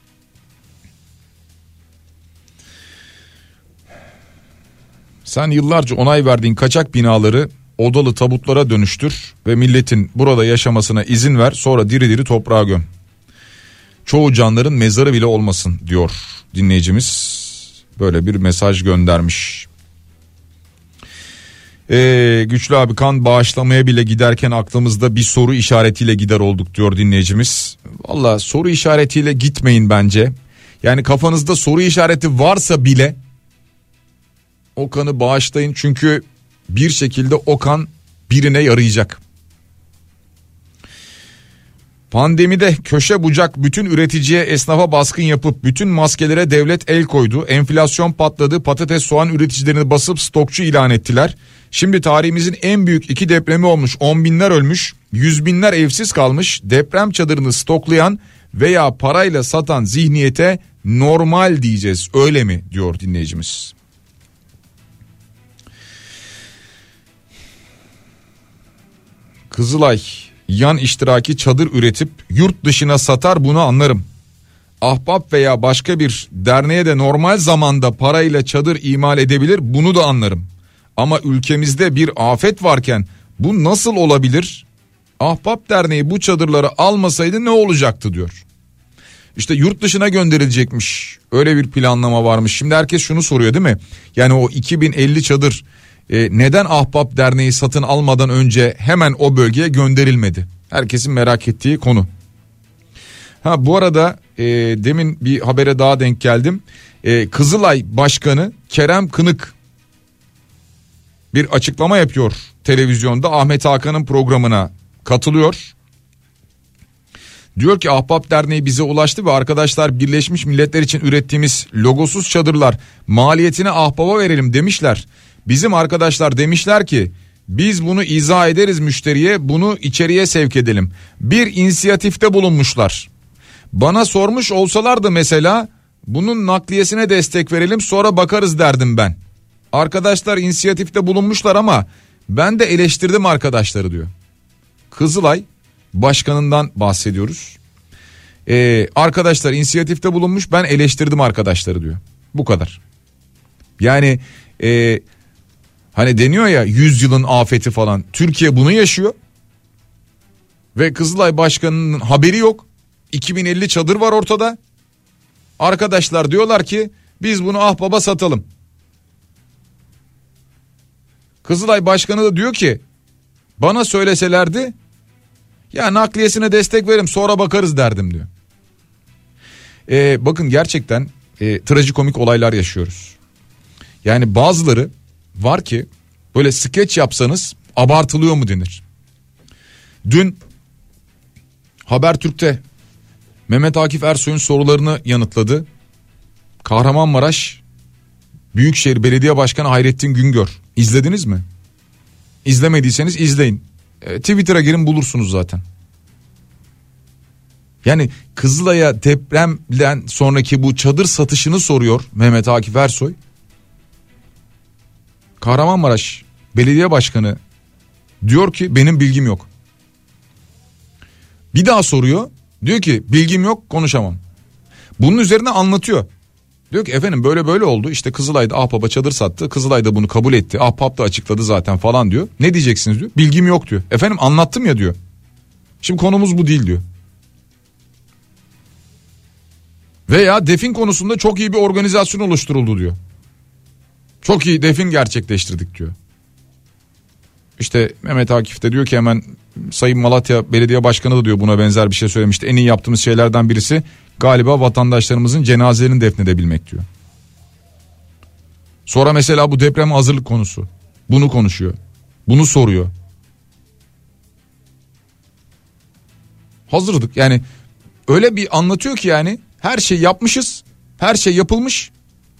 Sen yıllarca onay verdiğin kaçak binaları odalı tabutlara dönüştür ve milletin burada yaşamasına izin ver, sonra diri diri toprağa göm. Çoğu canların mezarı bile olmasın diyor dinleyicimiz. Böyle bir mesaj göndermiş. Ee, Güçlü abi, kan bağışlamaya bile giderken aklımızda bir soru işaretiyle gider olduk diyor dinleyicimiz. Valla soru işaretiyle gitmeyin bence. Yani kafanızda soru işareti varsa bile o kanı bağışlayın, çünkü bir şekilde o kan birine yarayacak. Pandemide köşe bucak bütün üreticiye, esnafa baskın yapıp bütün maskelere devlet el koydu. Enflasyon patladı, patates soğan üreticilerini basıp stokçu ilan ettiler. Şimdi tarihimizin en büyük iki depremi olmuş, on binler ölmüş, yüz binler evsiz kalmış. Deprem çadırını stoklayan veya parayla satan zihniyete normal diyeceğiz, öyle mi diyor dinleyicimiz. Kızılay yan iştiraki çadır üretip yurt dışına satar, bunu anlarım. Ahbap veya başka bir derneğe de normal zamanda parayla çadır imal edebilir, bunu da anlarım. Ama ülkemizde bir afet varken bu nasıl olabilir? Ahbap Derneği bu çadırları almasaydı ne olacaktı diyor. İşte yurt dışına gönderilecekmiş, öyle bir planlama varmış. Şimdi herkes şunu soruyor değil mi? Yani o iki bin elli çadır e, neden Ahbap Derneği satın almadan önce hemen o bölgeye gönderilmedi? Herkesin merak ettiği konu. Ha bu arada e, demin bir habere daha denk geldim. E, Kızılay Başkanı Kerem Kınık bir açıklama yapıyor televizyonda, Ahmet Hakan'ın programına katılıyor. Diyor ki Ahbap Derneği bize ulaştı ve arkadaşlar Birleşmiş Milletler için ürettiğimiz logosuz çadırlar maliyetini Ahbap'a verelim demişler. Bizim arkadaşlar demişler ki biz bunu izah ederiz müşteriye, bunu içeriye sevk edelim. Bir inisiyatifte bulunmuşlar. Bana sormuş olsalardı mesela bunun nakliyesine destek verelim sonra bakarız derdim ben. Arkadaşlar inisiyatifte bulunmuşlar ama ben de eleştirdim arkadaşları diyor. Kızılay Başkanından bahsediyoruz. Ee, arkadaşlar inisiyatifte bulunmuş, ben eleştirdim arkadaşları diyor. Bu kadar. Yani e, hani deniyor ya yüzyılın afeti falan. Türkiye bunu yaşıyor. Ve Kızılay Başkanı'nın haberi yok. iki bin elli çadır var ortada. Arkadaşlar diyorlar ki biz bunu Ahbap'a satalım. Kızılay Başkanı da diyor ki bana söyleselerdi ya nakliyesine destek verim sonra bakarız derdim diyor. Ee, bakın gerçekten e, trajikomik olaylar yaşıyoruz. Yani bazıları var ki böyle skeç yapsanız abartılıyor mu denir. Dün Habertürk'te Mehmet Akif Ersoy'un sorularını yanıtladı. Kahramanmaraş Büyükşehir Belediye Başkanı Hayrettin Güngör. İzlediniz mi? İzlemediyseniz izleyin. E, Twitter'a girin bulursunuz zaten. Yani Kızılay'a depremden sonraki bu çadır satışını soruyor Mehmet Akif Ersoy. Kahramanmaraş Belediye Başkanı diyor ki benim bilgim yok. Bir daha soruyor. Diyor ki bilgim yok, konuşamam. Bunun üzerine anlatıyor. Diyor ki efendim böyle böyle oldu. İşte Kızılay'da Ahbap'a çadır sattı. Kızılay da bunu kabul etti. Ahbap da açıkladı zaten falan diyor. Ne diyeceksiniz diyor. Bilgim yok diyor. Efendim anlattım ya diyor. Şimdi konumuz bu değil diyor. Veya defin konusunda çok iyi bir organizasyon oluşturuldu diyor. Çok iyi defin gerçekleştirdik diyor. İşte Mehmet Akif de diyor ki hemen Sayın Malatya Belediye Başkanı da diyor buna benzer bir şey söylemişti. En iyi yaptığımız şeylerden birisi galiba vatandaşlarımızın cenazelerini defnedebilmek diyor. Sonra mesela bu deprem hazırlık konusu. Bunu konuşuyor. Bunu soruyor. Hazırdık yani öyle bir anlatıyor ki yani her şey yapmışız. Her şey yapılmış.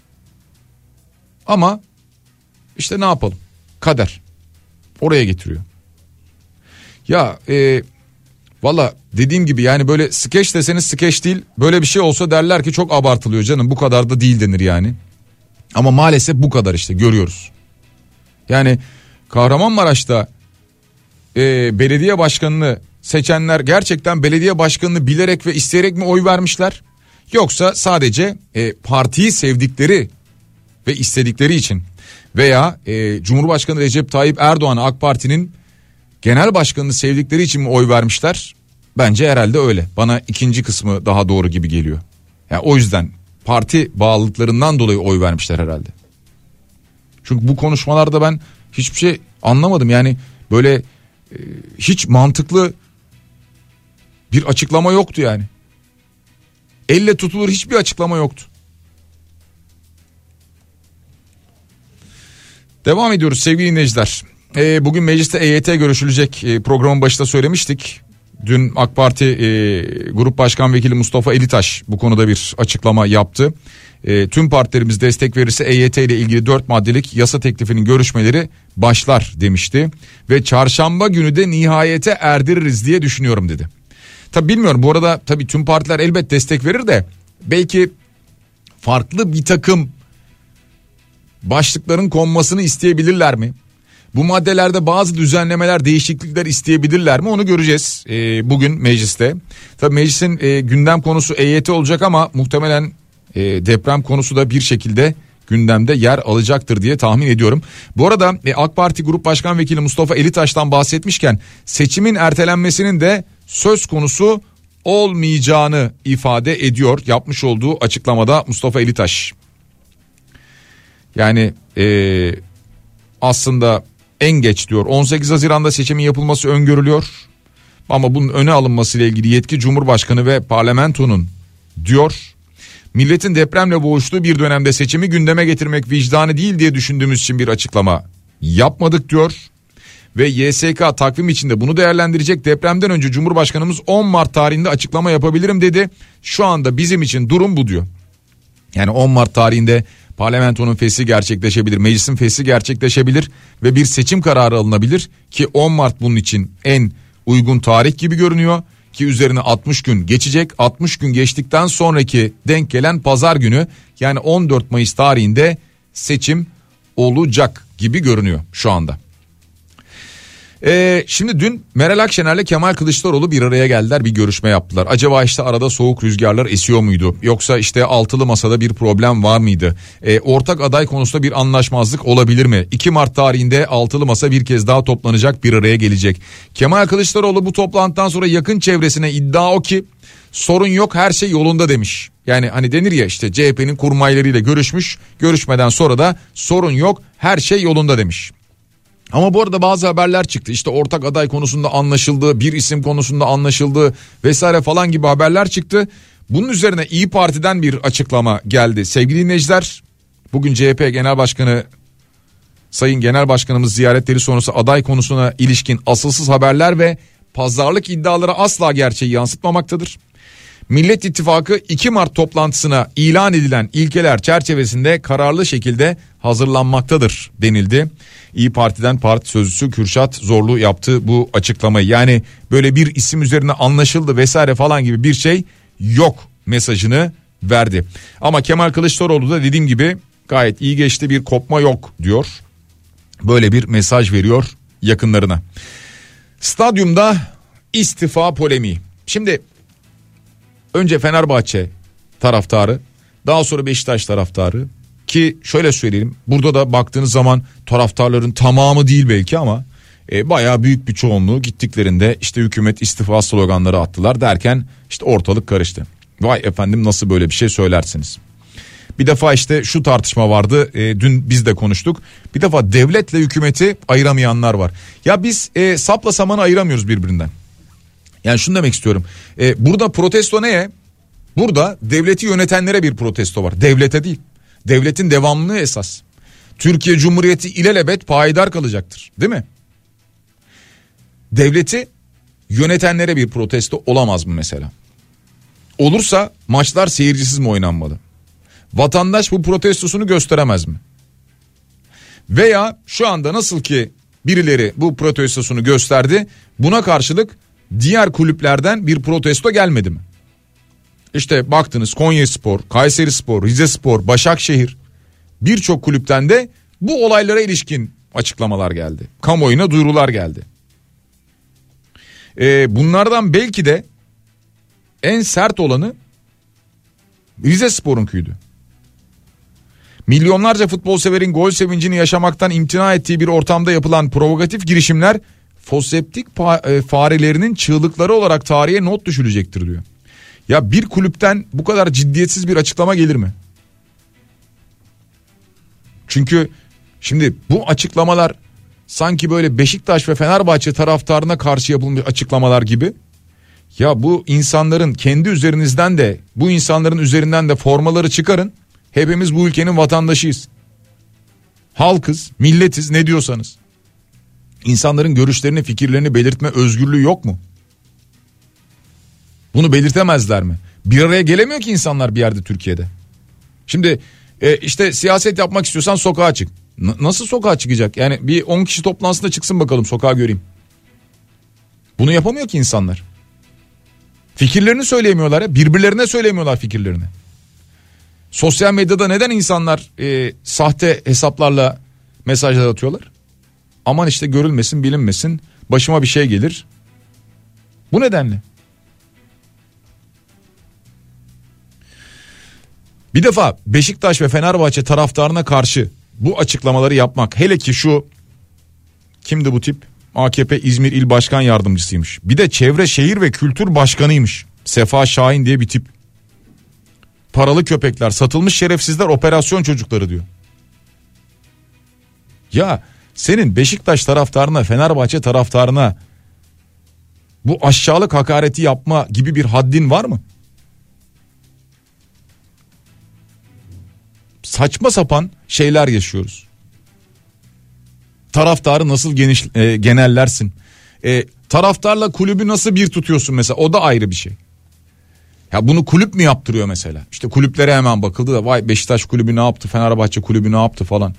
Ama işte ne yapalım? Kader. Oraya getiriyor. Ya e, valla dediğim gibi yani böyle skeç deseniz skeç değil. Böyle bir şey olsa derler ki çok abartılıyor canım, bu kadar da değil denir yani. Ama maalesef bu kadar işte görüyoruz. Yani Kahramanmaraş'ta e, belediye başkanını seçenler gerçekten belediye başkanını bilerek ve isteyerek mi oy vermişler? Yoksa sadece e, partiyi sevdikleri ve istedikleri için veya e, Cumhurbaşkanı Recep Tayyip Erdoğan'a AK Parti'nin genel başkanını sevdikleri için mi oy vermişler? Bence herhalde öyle. Bana ikinci kısmı daha doğru gibi geliyor. Yani o yüzden parti bağlılıklarından dolayı oy vermişler herhalde. Çünkü bu konuşmalarda ben hiçbir şey anlamadım. Yani böyle e, hiç mantıklı bir açıklama yoktu yani. Elle tutulur hiçbir açıklama yoktu. Devam ediyoruz sevgili dinleyiciler. Ee, bugün mecliste E Y T görüşülecek. Ee, programın başında söylemiştik. Dün AK Parti e, Grup Başkan Vekili Mustafa Elitaş bu konuda bir açıklama yaptı. E, tüm partilerimiz destek verirse E Y T ile ilgili dört maddelik yasa teklifinin görüşmeleri başlar demişti. Ve çarşamba günü de nihayete erdiririz diye düşünüyorum dedi. Tabi bilmiyorum, bu arada tabi tüm partiler elbet destek verir de belki farklı bir takım başlıkların konmasını isteyebilirler mi? Bu maddelerde bazı düzenlemeler, değişiklikler isteyebilirler mi? Onu göreceğiz e, bugün mecliste. Tabii meclisin e, gündem konusu E Y T olacak ama muhtemelen e, deprem konusu da bir şekilde gündemde yer alacaktır diye tahmin ediyorum. Bu arada e, AK Parti Grup Başkan Vekili Mustafa Elitaş'tan bahsetmişken seçimin ertelenmesinin de söz konusu olmayacağını ifade ediyor yapmış olduğu açıklamada Mustafa Elitaş. Yani e, aslında en geç diyor on sekiz Haziran'da seçimin yapılması öngörülüyor. Ama bunun öne alınması ile ilgili yetki Cumhurbaşkanı ve parlamentonun diyor. Milletin depremle boğuştuğu bir dönemde seçimi gündeme getirmek vicdanı değil diye düşündüğümüz için bir açıklama yapmadık diyor. Ve Y S K takvim içinde bunu değerlendirecek, depremden önce Cumhurbaşkanımız on Mart tarihinde açıklama yapabilirim dedi. Şu anda bizim için durum bu diyor. Yani on Mart tarihinde parlamentonun fesli gerçekleşebilir, meclisin fesli gerçekleşebilir ve bir seçim kararı alınabilir ki on Mart bunun için en uygun tarih gibi görünüyor ki üzerine altmış gün geçecek. altmış gün geçtikten sonraki denk gelen pazar günü, yani on dört Mayıs tarihinde seçim olacak gibi görünüyor şu anda. Ee, şimdi dün Meral Akşener'le Kemal Kılıçdaroğlu bir araya geldiler, bir görüşme yaptılar. Acaba işte arada soğuk rüzgarlar esiyor muydu? Yoksa işte altılı masada bir problem var mıydı? Ee, ortak aday konusunda bir anlaşmazlık olabilir mi? iki Mart tarihinde altılı masa bir kez daha toplanacak, bir araya gelecek. Kemal Kılıçdaroğlu bu toplantıdan sonra yakın çevresine iddia o ki sorun yok, her şey yolunda demiş. Yani hani denir ya, işte C H P'nin kurmaylarıyla görüşmüş, görüşmeden sonra da sorun yok, her şey yolunda demiş. Ama bu arada bazı haberler çıktı, işte ortak aday konusunda anlaşıldı, bir isim konusunda anlaşıldı vesaire falan gibi haberler çıktı. Bunun üzerine İYİ Parti'den bir açıklama geldi. Sevgili dinleyiciler, bugün C H P Genel Başkanı Sayın Genel Başkanımız ziyaretleri sonrası aday konusuna ilişkin asılsız haberler ve pazarlık iddiaları asla gerçeği yansıtmamaktadır. Millet İttifakı iki Mart toplantısına ilan edilen ilkeler çerçevesinde kararlı şekilde hazırlanmaktadır denildi. İYİ Parti'den parti sözcüsü Kürşat Zorlu yaptı bu açıklamayı. Yani böyle bir isim üzerine anlaşıldı vesaire falan gibi bir şey yok mesajını verdi. Ama Kemal Kılıçdaroğlu da dediğim gibi gayet iyi geçti, bir kopma yok diyor. Böyle bir mesaj veriyor yakınlarına. Stadyumda istifa polemiği. Şimdi önce Fenerbahçe taraftarı, daha sonra Beşiktaş taraftarı, ki şöyle söyleyelim, burada da baktığınız zaman taraftarların tamamı değil belki ama e, bayağı büyük bir çoğunluğu gittiklerinde işte hükümet istifa sloganları attılar derken işte ortalık karıştı. Vay efendim, nasıl böyle bir şey söylersiniz? Bir defa işte şu tartışma vardı, e, dün biz de konuştuk. Bir defa devletle hükümeti ayıramayanlar var. Ya biz e, sapla samanı ayıramıyoruz birbirinden. Yani şunu demek istiyorum. E, burada protesto neye? Burada devleti yönetenlere bir protesto var. Devlete değil. Devletin devamlılığı esas. Türkiye Cumhuriyeti ilelebet payidar kalacaktır, değil mi? Devleti yönetenlere bir protesto olamaz mı mesela? Olursa maçlar seyircisiz mi oynanmalı? Vatandaş bu protestosunu gösteremez mi? Veya şu anda nasıl ki birileri bu protestosunu gösterdi, buna karşılık diğer kulüplerden bir protesto gelmedi mi? İşte baktınız Konyaspor, Kayserispor, Rizespor, Başakşehir, birçok kulüpten de bu olaylara ilişkin açıklamalar geldi. Kamuoyuna duyurular geldi. Ee, bunlardan belki de en sert olanı Rizespor'unkuydu. Milyonlarca futbol severin gol sevincini yaşamaktan imtina ettiği bir ortamda yapılan provokatif girişimler foseptik farelerinin çığlıkları olarak tarihe not düşülecektir diyor. Ya bir kulüpten bu kadar ciddiyetsiz bir açıklama gelir mi? Çünkü şimdi bu açıklamalar sanki böyle Beşiktaş ve Fenerbahçe taraftarına karşı yapılmış açıklamalar gibi. Ya bu insanların kendi üzerinizden de, bu insanların üzerinden de formaları çıkarın. Hepimiz bu ülkenin vatandaşıyız. Halkız, milletiz, ne diyorsanız. İnsanların görüşlerini, fikirlerini belirtme özgürlüğü yok mu? Bunu belirtemezler mi? Bir araya gelemiyor ki insanlar bir yerde Türkiye'de. Şimdi e, işte siyaset yapmak istiyorsan sokağa çık. N- nasıl sokağa çıkacak? Yani bir on kişi toplantısında çıksın bakalım, sokağa göreyim. Bunu yapamıyor ki insanlar. Fikirlerini söyleyemiyorlar ya. Birbirlerine söyleyemiyorlar fikirlerini. Sosyal medyada neden insanlar e, sahte hesaplarla mesajlar atıyorlar? Aman işte görülmesin, bilinmesin, başıma bir şey gelir. Bu nedenle. Bir defa Beşiktaş ve Fenerbahçe taraftarına karşı bu açıklamaları yapmak, hele ki şu kimdi bu tip? A K P İzmir İl Başkan Yardımcısıymış. Bir de Çevre Şehir ve Kültür Başkanıymış. Sefa Şahin diye bir tip. Paralı köpekler, satılmış şerefsizler, operasyon çocukları diyor. Ya senin Beşiktaş taraftarına, Fenerbahçe taraftarına bu aşağılık hakareti yapma gibi bir haddin var mı? Saçma sapan şeyler yaşıyoruz. Taraftarı nasıl geniş, e, genellersin? E, taraftarla kulübü nasıl bir tutuyorsun mesela? O da ayrı bir şey. Ya bunu kulüp mü yaptırıyor mesela? İşte kulüplere hemen bakıldı da vay Beşiktaş kulübü ne yaptı, Fenerbahçe kulübü ne yaptı falan.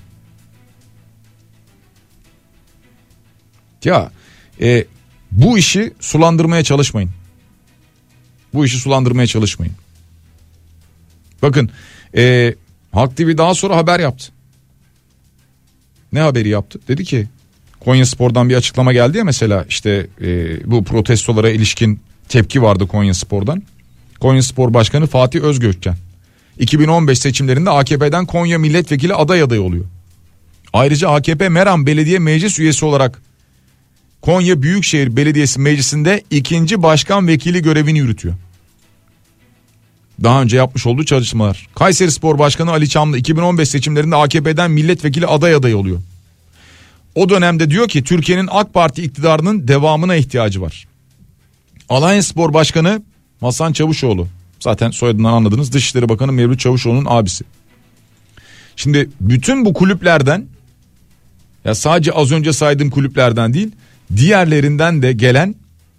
Ya e, bu işi sulandırmaya çalışmayın. Bu işi sulandırmaya çalışmayın. Bakın e, Halk T V daha sonra haber yaptı. Ne haberi yaptı? Dedi ki Konyaspor'dan bir açıklama geldi ya mesela, işte e, bu protestolara ilişkin tepki vardı Konyaspor'dan. Konyaspor Başkanı Fatih Özgökçen iki bin on beş seçimlerinde A K P'den Konya milletvekili aday adayı oluyor. Ayrıca A K P Meram Belediye Meclis üyesi olarak Konya Büyükşehir Belediyesi Meclisi'nde ikinci başkan vekili görevini yürütüyor. Daha önce yapmış olduğu çalışmalar. Kayserispor Başkanı Ali Çamlı iki bin on beş seçimlerinde A K P'den milletvekili aday adayı oluyor. O dönemde diyor ki Türkiye'nin AK Parti iktidarının devamına ihtiyacı var. Alanyaspor Başkanı Hasan Çavuşoğlu, zaten soyadından anladınız, Dışişleri Bakanı Mevlüt Çavuşoğlu'nun abisi. Şimdi bütün bu kulüplerden, ya sadece az önce saydığım kulüplerden değil, diğerlerinden de gelen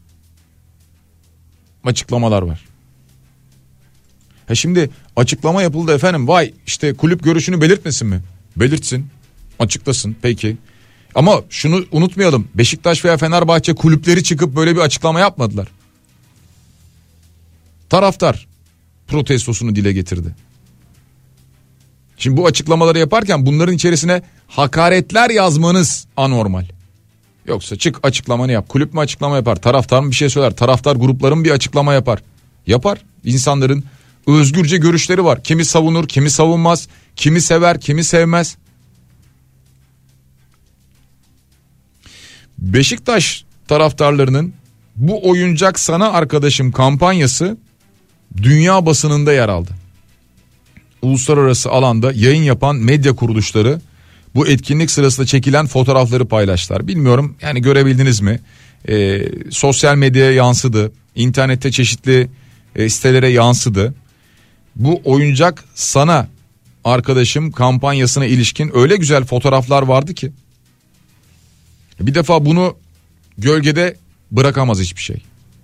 açıklamalar var. Ha şimdi açıklama yapıldı efendim, vay işte kulüp görüşünü belirtmesin mi? Belirtsin, açıklasın peki. Ama şunu unutmayalım, Beşiktaş veya Fenerbahçe kulüpleri çıkıp böyle bir açıklama yapmadılar. Taraftar protestosunu dile getirdi. Şimdi bu açıklamaları yaparken bunların içerisine hakaretler yazmanız anormal. Yoksa çık açıklamanı yap. Kulüp mü açıklama yapar? Taraftar mı bir şey söyler? Taraftar grupları mı bir açıklama yapar? Yapar. İnsanların özgürce görüşleri var. Kimi savunur, kimi savunmaz. Kimi sever, kimi sevmez. Beşiktaş taraftarlarının bu oyuncak sana arkadaşım kampanyası dünya basınında yer aldı. Uluslararası alanda yayın yapan medya kuruluşları bu etkinlik sırasında çekilen fotoğrafları paylaştılar. Bilmiyorum yani görebildiniz mi? Ee, sosyal medyaya yansıdı. İnternette çeşitli e, sitelere yansıdı. Bu oyuncak sana arkadaşım kampanyasına ilişkin öyle güzel fotoğraflar vardı ki. Bir defa bunu gölgede bırakamaz hiçbir şey.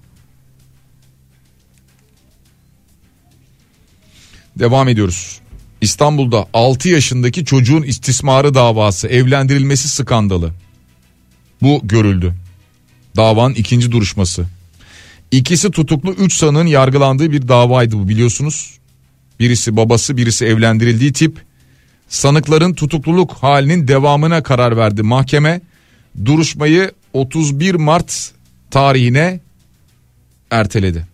Devam ediyoruz. İstanbul'da altı yaşındaki çocuğun istismarı davası, evlendirilmesi skandalı. Bu görüldü. Davanın ikinci duruşması. İkisi tutuklu, üç sanığın yargılandığı bir davaydı bu, biliyorsunuz. Birisi babası, birisi evlendirildiği tip. Sanıkların tutukluluk halinin devamına karar verdi mahkeme. Duruşmayı otuz bir Mart tarihine erteledi.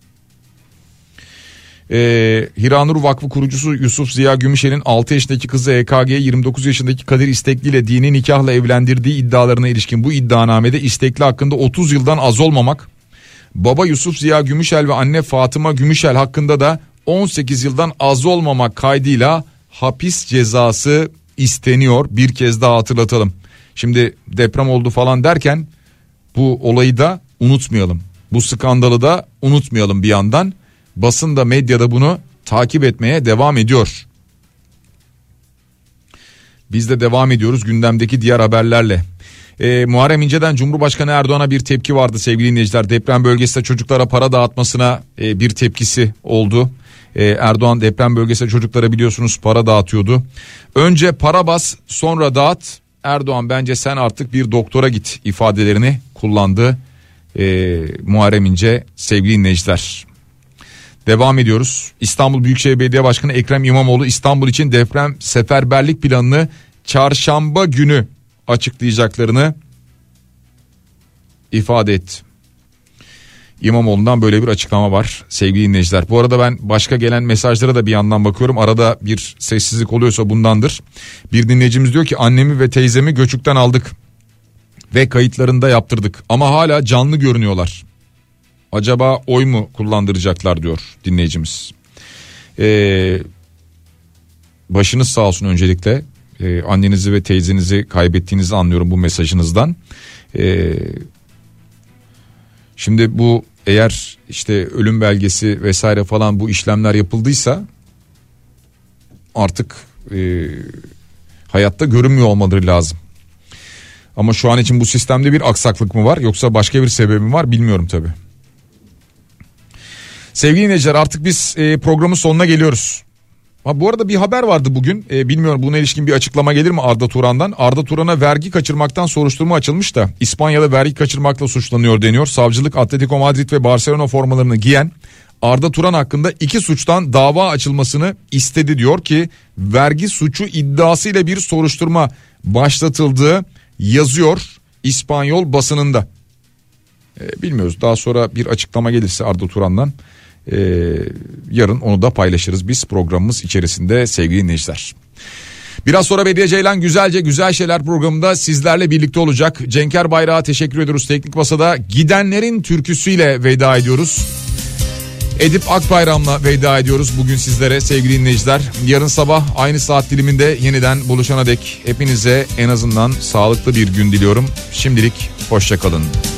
Ee, Hiranur Vakfı kurucusu Yusuf Ziya Gümüşel'in altı yaşındaki kızı E K G'ye yirmi dokuz yaşındaki Kadir İstekli ile dini nikahla evlendirdiği iddialarına ilişkin bu iddianamede İstekli hakkında otuz yıldan az olmamak, baba Yusuf Ziya Gümüşel ve anne Fatıma Gümüşel hakkında da on sekiz yıldan az olmamak kaydıyla hapis cezası isteniyor. Bir kez daha hatırlatalım. Şimdi deprem oldu falan derken bu olayı da unutmayalım. Bu skandalı da unutmayalım bir yandan. Basın da medya da bunu takip etmeye devam ediyor. Biz de devam ediyoruz gündemdeki diğer haberlerle. Ee, Muharrem İnce'den Cumhurbaşkanı Erdoğan'a bir tepki vardı sevgili dinleyiciler. Deprem bölgesinde çocuklara para dağıtmasına e, bir tepkisi oldu. Ee, Erdoğan deprem bölgesinde çocuklara biliyorsunuz para dağıtıyordu. Önce para bas, sonra dağıt. Erdoğan bence sen artık bir doktora git ifadelerini kullandı. Ee, Muharrem İnce sevgili dinleyiciler. Devam ediyoruz. İstanbul Büyükşehir Belediye Başkanı Ekrem İmamoğlu İstanbul için deprem seferberlik planını çarşamba günü açıklayacaklarını ifade etti. İmamoğlu'ndan böyle bir açıklama var sevgili dinleyiciler. Bu arada ben başka gelen mesajlara da bir yandan bakıyorum. Arada bir sessizlik oluyorsa bundandır. Bir dinleyicimiz diyor ki annemi ve teyzemi Göçük'ten aldık ve kayıtlarında yaptırdık ama hala canlı görünüyorlar. Acaba oy mu kullandıracaklar diyor dinleyicimiz. Ee, başınız sağ olsun öncelikle. Ee, annenizi ve teyzenizi kaybettiğinizi anlıyorum bu mesajınızdan. Ee, şimdi bu eğer işte ölüm belgesi vesaire falan bu işlemler yapıldıysa artık e, hayatta görünmüyor olmaları lazım. Ama şu an için bu sistemde bir aksaklık mı var yoksa başka bir sebebi mi var bilmiyorum tabii. Sevgili dinleyiciler artık biz e, programın sonuna geliyoruz. Ha, bu arada bir haber vardı bugün. E, bilmiyorum buna ilişkin bir açıklama gelir mi Arda Turan'dan? Arda Turan'a vergi kaçırmaktan soruşturma açılmış da İspanya'da vergi kaçırmakla suçlanıyor deniyor. Savcılık Atletico Madrid ve Barcelona formalarını giyen Arda Turan hakkında iki suçtan dava açılmasını istedi diyor ki vergi suçu iddiasıyla bir soruşturma başlatıldığı yazıyor İspanyol basınında. E, bilmiyoruz daha sonra bir açıklama gelirse Arda Turan'dan. Ee, yarın onu da paylaşırız biz programımız içerisinde sevgili dinleyiciler. Biraz sonra Bediye Ceylan Güzelce Güzel Şeyler programında sizlerle birlikte olacak. Cenker Bayrak'a teşekkür ediyoruz teknik masada. Gidenlerin türküsüyle veda ediyoruz. Edip Akbayram'la veda ediyoruz bugün sizlere sevgili dinleyiciler. Yarın sabah aynı saat diliminde yeniden buluşana dek hepinize en azından sağlıklı bir gün diliyorum. Şimdilik hoşça kalın.